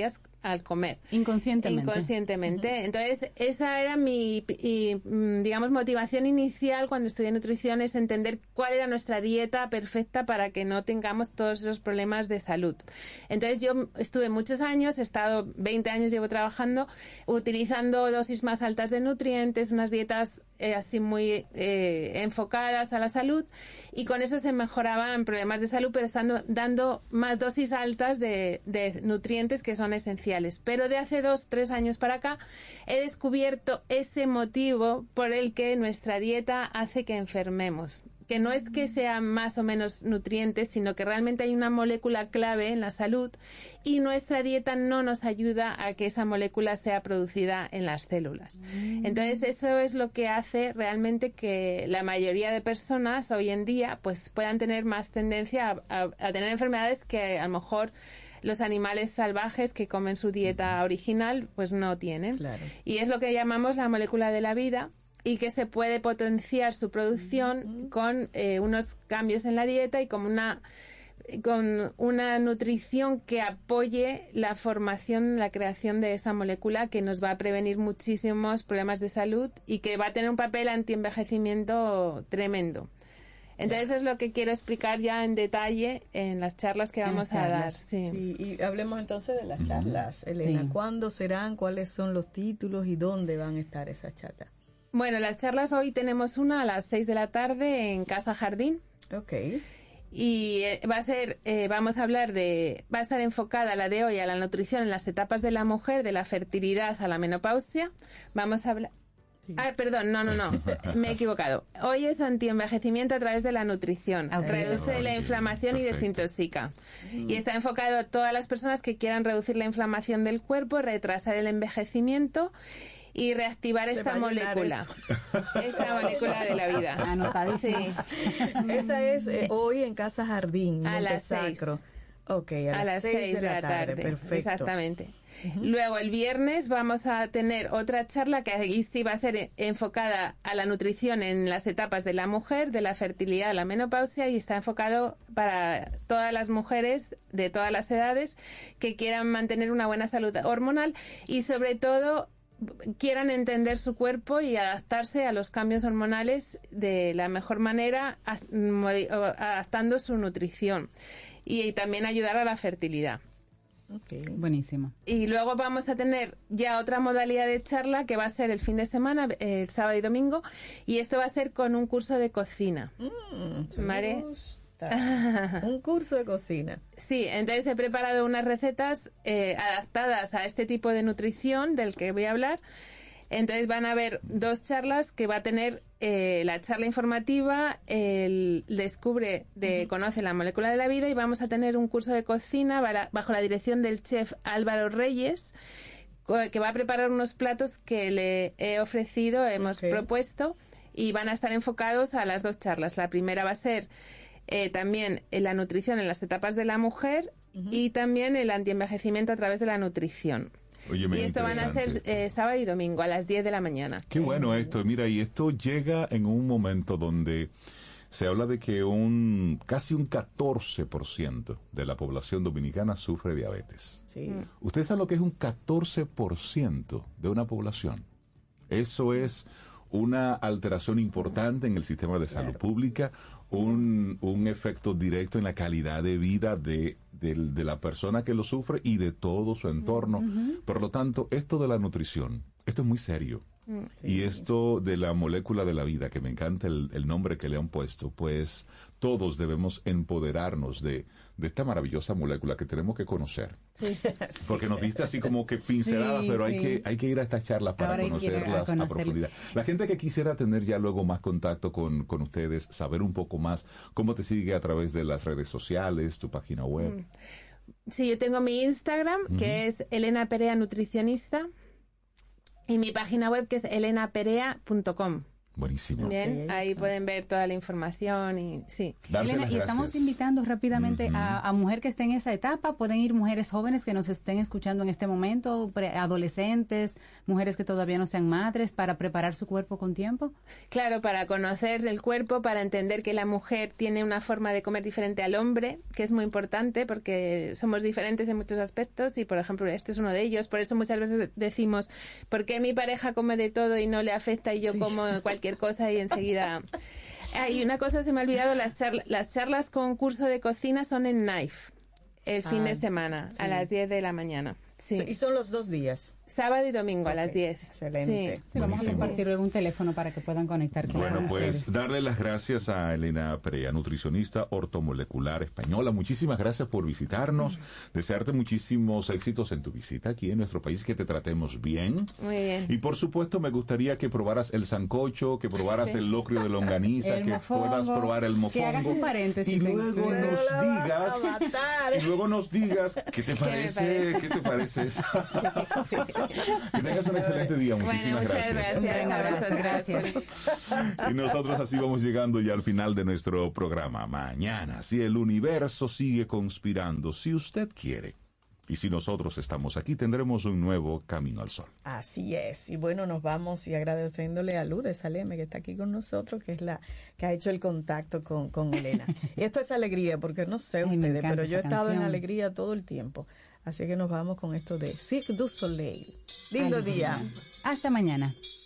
al comer. Inconscientemente. Entonces, esa era mi, digamos, motivación inicial cuando estudié nutrición, es entender cuál era nuestra dieta perfecta para que no tengamos todos esos problemas de salud. Entonces, yo estuve muchos años, he estado 20 años, llevo trabajando, utilizando dosis más altas de nutrientes, unas dietas así muy enfocadas a la salud, y con eso se mejoraban problemas de salud, pero estando dando más dosis altas de nutrientes que son esenciales. Pero de hace 2-3 años para acá he descubierto ese motivo por el que nuestra dieta hace que enfermemos. Que no es que sean más o menos nutrientes, sino que realmente hay una molécula clave en la salud y nuestra dieta no nos ayuda a que esa molécula sea producida en las células. Entonces, eso es lo que hace realmente que la mayoría de personas hoy en día pues puedan tener más tendencia a tener enfermedades que a lo mejor los animales salvajes que comen su dieta original pues no tienen. Claro. Y es lo que llamamos la molécula de la vida, y que se puede potenciar su producción con unos cambios en la dieta y con una nutrición que apoye la formación, la creación de esa molécula, que nos va a prevenir muchísimos problemas de salud y que va a tener un papel antienvejecimiento tremendo. Entonces es lo que quiero explicar ya en detalle en las charlas que vamos a dar. Sí, y hablemos entonces de las charlas, Elena. Sí. ¿Cuándo serán? ¿Cuáles son los títulos y dónde van a estar esas charlas? Bueno, las charlas hoy tenemos una a las 6 de la tarde en Casa Jardín. Ok. Y va a estar enfocada la de hoy a la nutrición en las etapas de la mujer, de la fertilidad a la menopausia. Vamos a hablar... Sí. Perdón, no, me he equivocado. Hoy es antienvejecimiento a través de la nutrición. Reduce la inflamación y desintoxica. Y está enfocado a todas las personas que quieran reducir la inflamación del cuerpo, retrasar el envejecimiento y reactivar esta molécula. Esta molécula de la vida. Anotadísimo. Sí. Esa es hoy en Casa Jardín. A las 6. Ok, a las 6 de la tarde. Perfecto. Exactamente. Luego el viernes vamos a tener otra charla que ahí sí va a ser enfocada a la nutrición en las etapas de la mujer, de la fertilidad a la menopausia, y está enfocado para todas las mujeres de todas las edades que quieran mantener una buena salud hormonal y sobre todo quieran entender su cuerpo y adaptarse a los cambios hormonales de la mejor manera, adaptando su nutrición y también ayudar a la fertilidad. Okay. Buenísimo. Y luego vamos a tener ya otra modalidad de charla que va a ser el fin de semana, el sábado y domingo, y esto va a ser con un curso de cocina. ¿Vale? Un curso de cocina. Sí, entonces he preparado unas recetas adaptadas a este tipo de nutrición del que voy a hablar. Entonces van a haber 2 charlas que va a tener la charla informativa, el conoce la molécula de la vida, y vamos a tener un curso de cocina bajo la dirección del chef Álvaro Reyes, que va a preparar unos platos que le he ofrecido, hemos propuesto, y van a estar enfocados a las 2 charlas. La primera va a ser también la nutrición en las etapas de la mujer y también el antienvejecimiento a través de la nutrición. Oye, y esto van a ser sábado y domingo a las 10 de la mañana. Qué bueno esto. Mira, y esto llega en un momento donde se habla de que casi un 14% de la población dominicana sufre diabetes. Sí. ¿Usted sabe lo que es un 14% de una población? Eso es una alteración importante en el sistema de salud pública, un efecto directo en la calidad de vida de la persona que lo sufre y de todo su entorno. Por lo tanto, esto de la nutrición, esto es muy serio. Y esto de la molécula de la vida, que me encanta el nombre que le han puesto, pues todos debemos empoderarnos de esta maravillosa molécula que tenemos que conocer. Sí. Porque nos diste así como que pinceladas, pero hay que ir a estas charlas para conocerlas a profundidad. La gente que quisiera tener ya luego más contacto con ustedes, saber un poco más, ¿cómo te sigue a través de las redes sociales, tu página web? Sí, yo tengo mi Instagram, que es Elena Perea Nutricionista, y mi página web, que es elenaperea.com. Buenísimo. Bien, ahí pueden ver toda la información y sí. Elena, y estamos invitando rápidamente a mujeres que estén en esa etapa. Pueden ir mujeres jóvenes que nos estén escuchando en este momento, adolescentes, mujeres que todavía no sean madres, para preparar su cuerpo con tiempo. Claro, para conocer el cuerpo, para entender que la mujer tiene una forma de comer diferente al hombre, que es muy importante porque somos diferentes en muchos aspectos y, por ejemplo, este es uno de ellos. Por eso muchas veces decimos, ¿por qué mi pareja come de todo y no le afecta y yo como cualquier cosa y enseguida... Hay una cosa, se me ha olvidado, las charlas con curso de cocina son en Knife el fin de semana a las 10 de la mañana. Sí. Y son los 2 días. Sábado y domingo a las 10. Excelente. Sí, vamos a compartir un teléfono para que puedan conectar con Bueno, pues ustedes. darle las gracias a Elena Perea, nutricionista ortomolecular española. Muchísimas gracias por visitarnos. Desearte muchísimos éxitos en tu visita aquí en nuestro país, que te tratemos bien. Muy bien. Y por supuesto me gustaría que probaras el sancocho, que probaras el locrio de longaniza, que puedas probar el mofongo. Que hagas un paréntesis. Y luego nos digas qué te parece, qué te parece. Que tengas un excelente día. Muchísimas gracias. Gracias. Y nosotros así vamos llegando ya al final de nuestro programa. Mañana, si el universo sigue conspirando, si usted quiere, y si nosotros estamos aquí, tendremos un nuevo Camino al Sol. Así es. Y bueno, nos vamos y agradeciéndole a Lourdes Saleme, que está aquí con nosotros, que es la que ha hecho el contacto con Elena. Y esto es alegría, porque no sé ustedes, pero yo he estado en alegría todo el tiempo. Así que nos vamos con esto de Cirque du Soleil. Lindo día. Hasta mañana.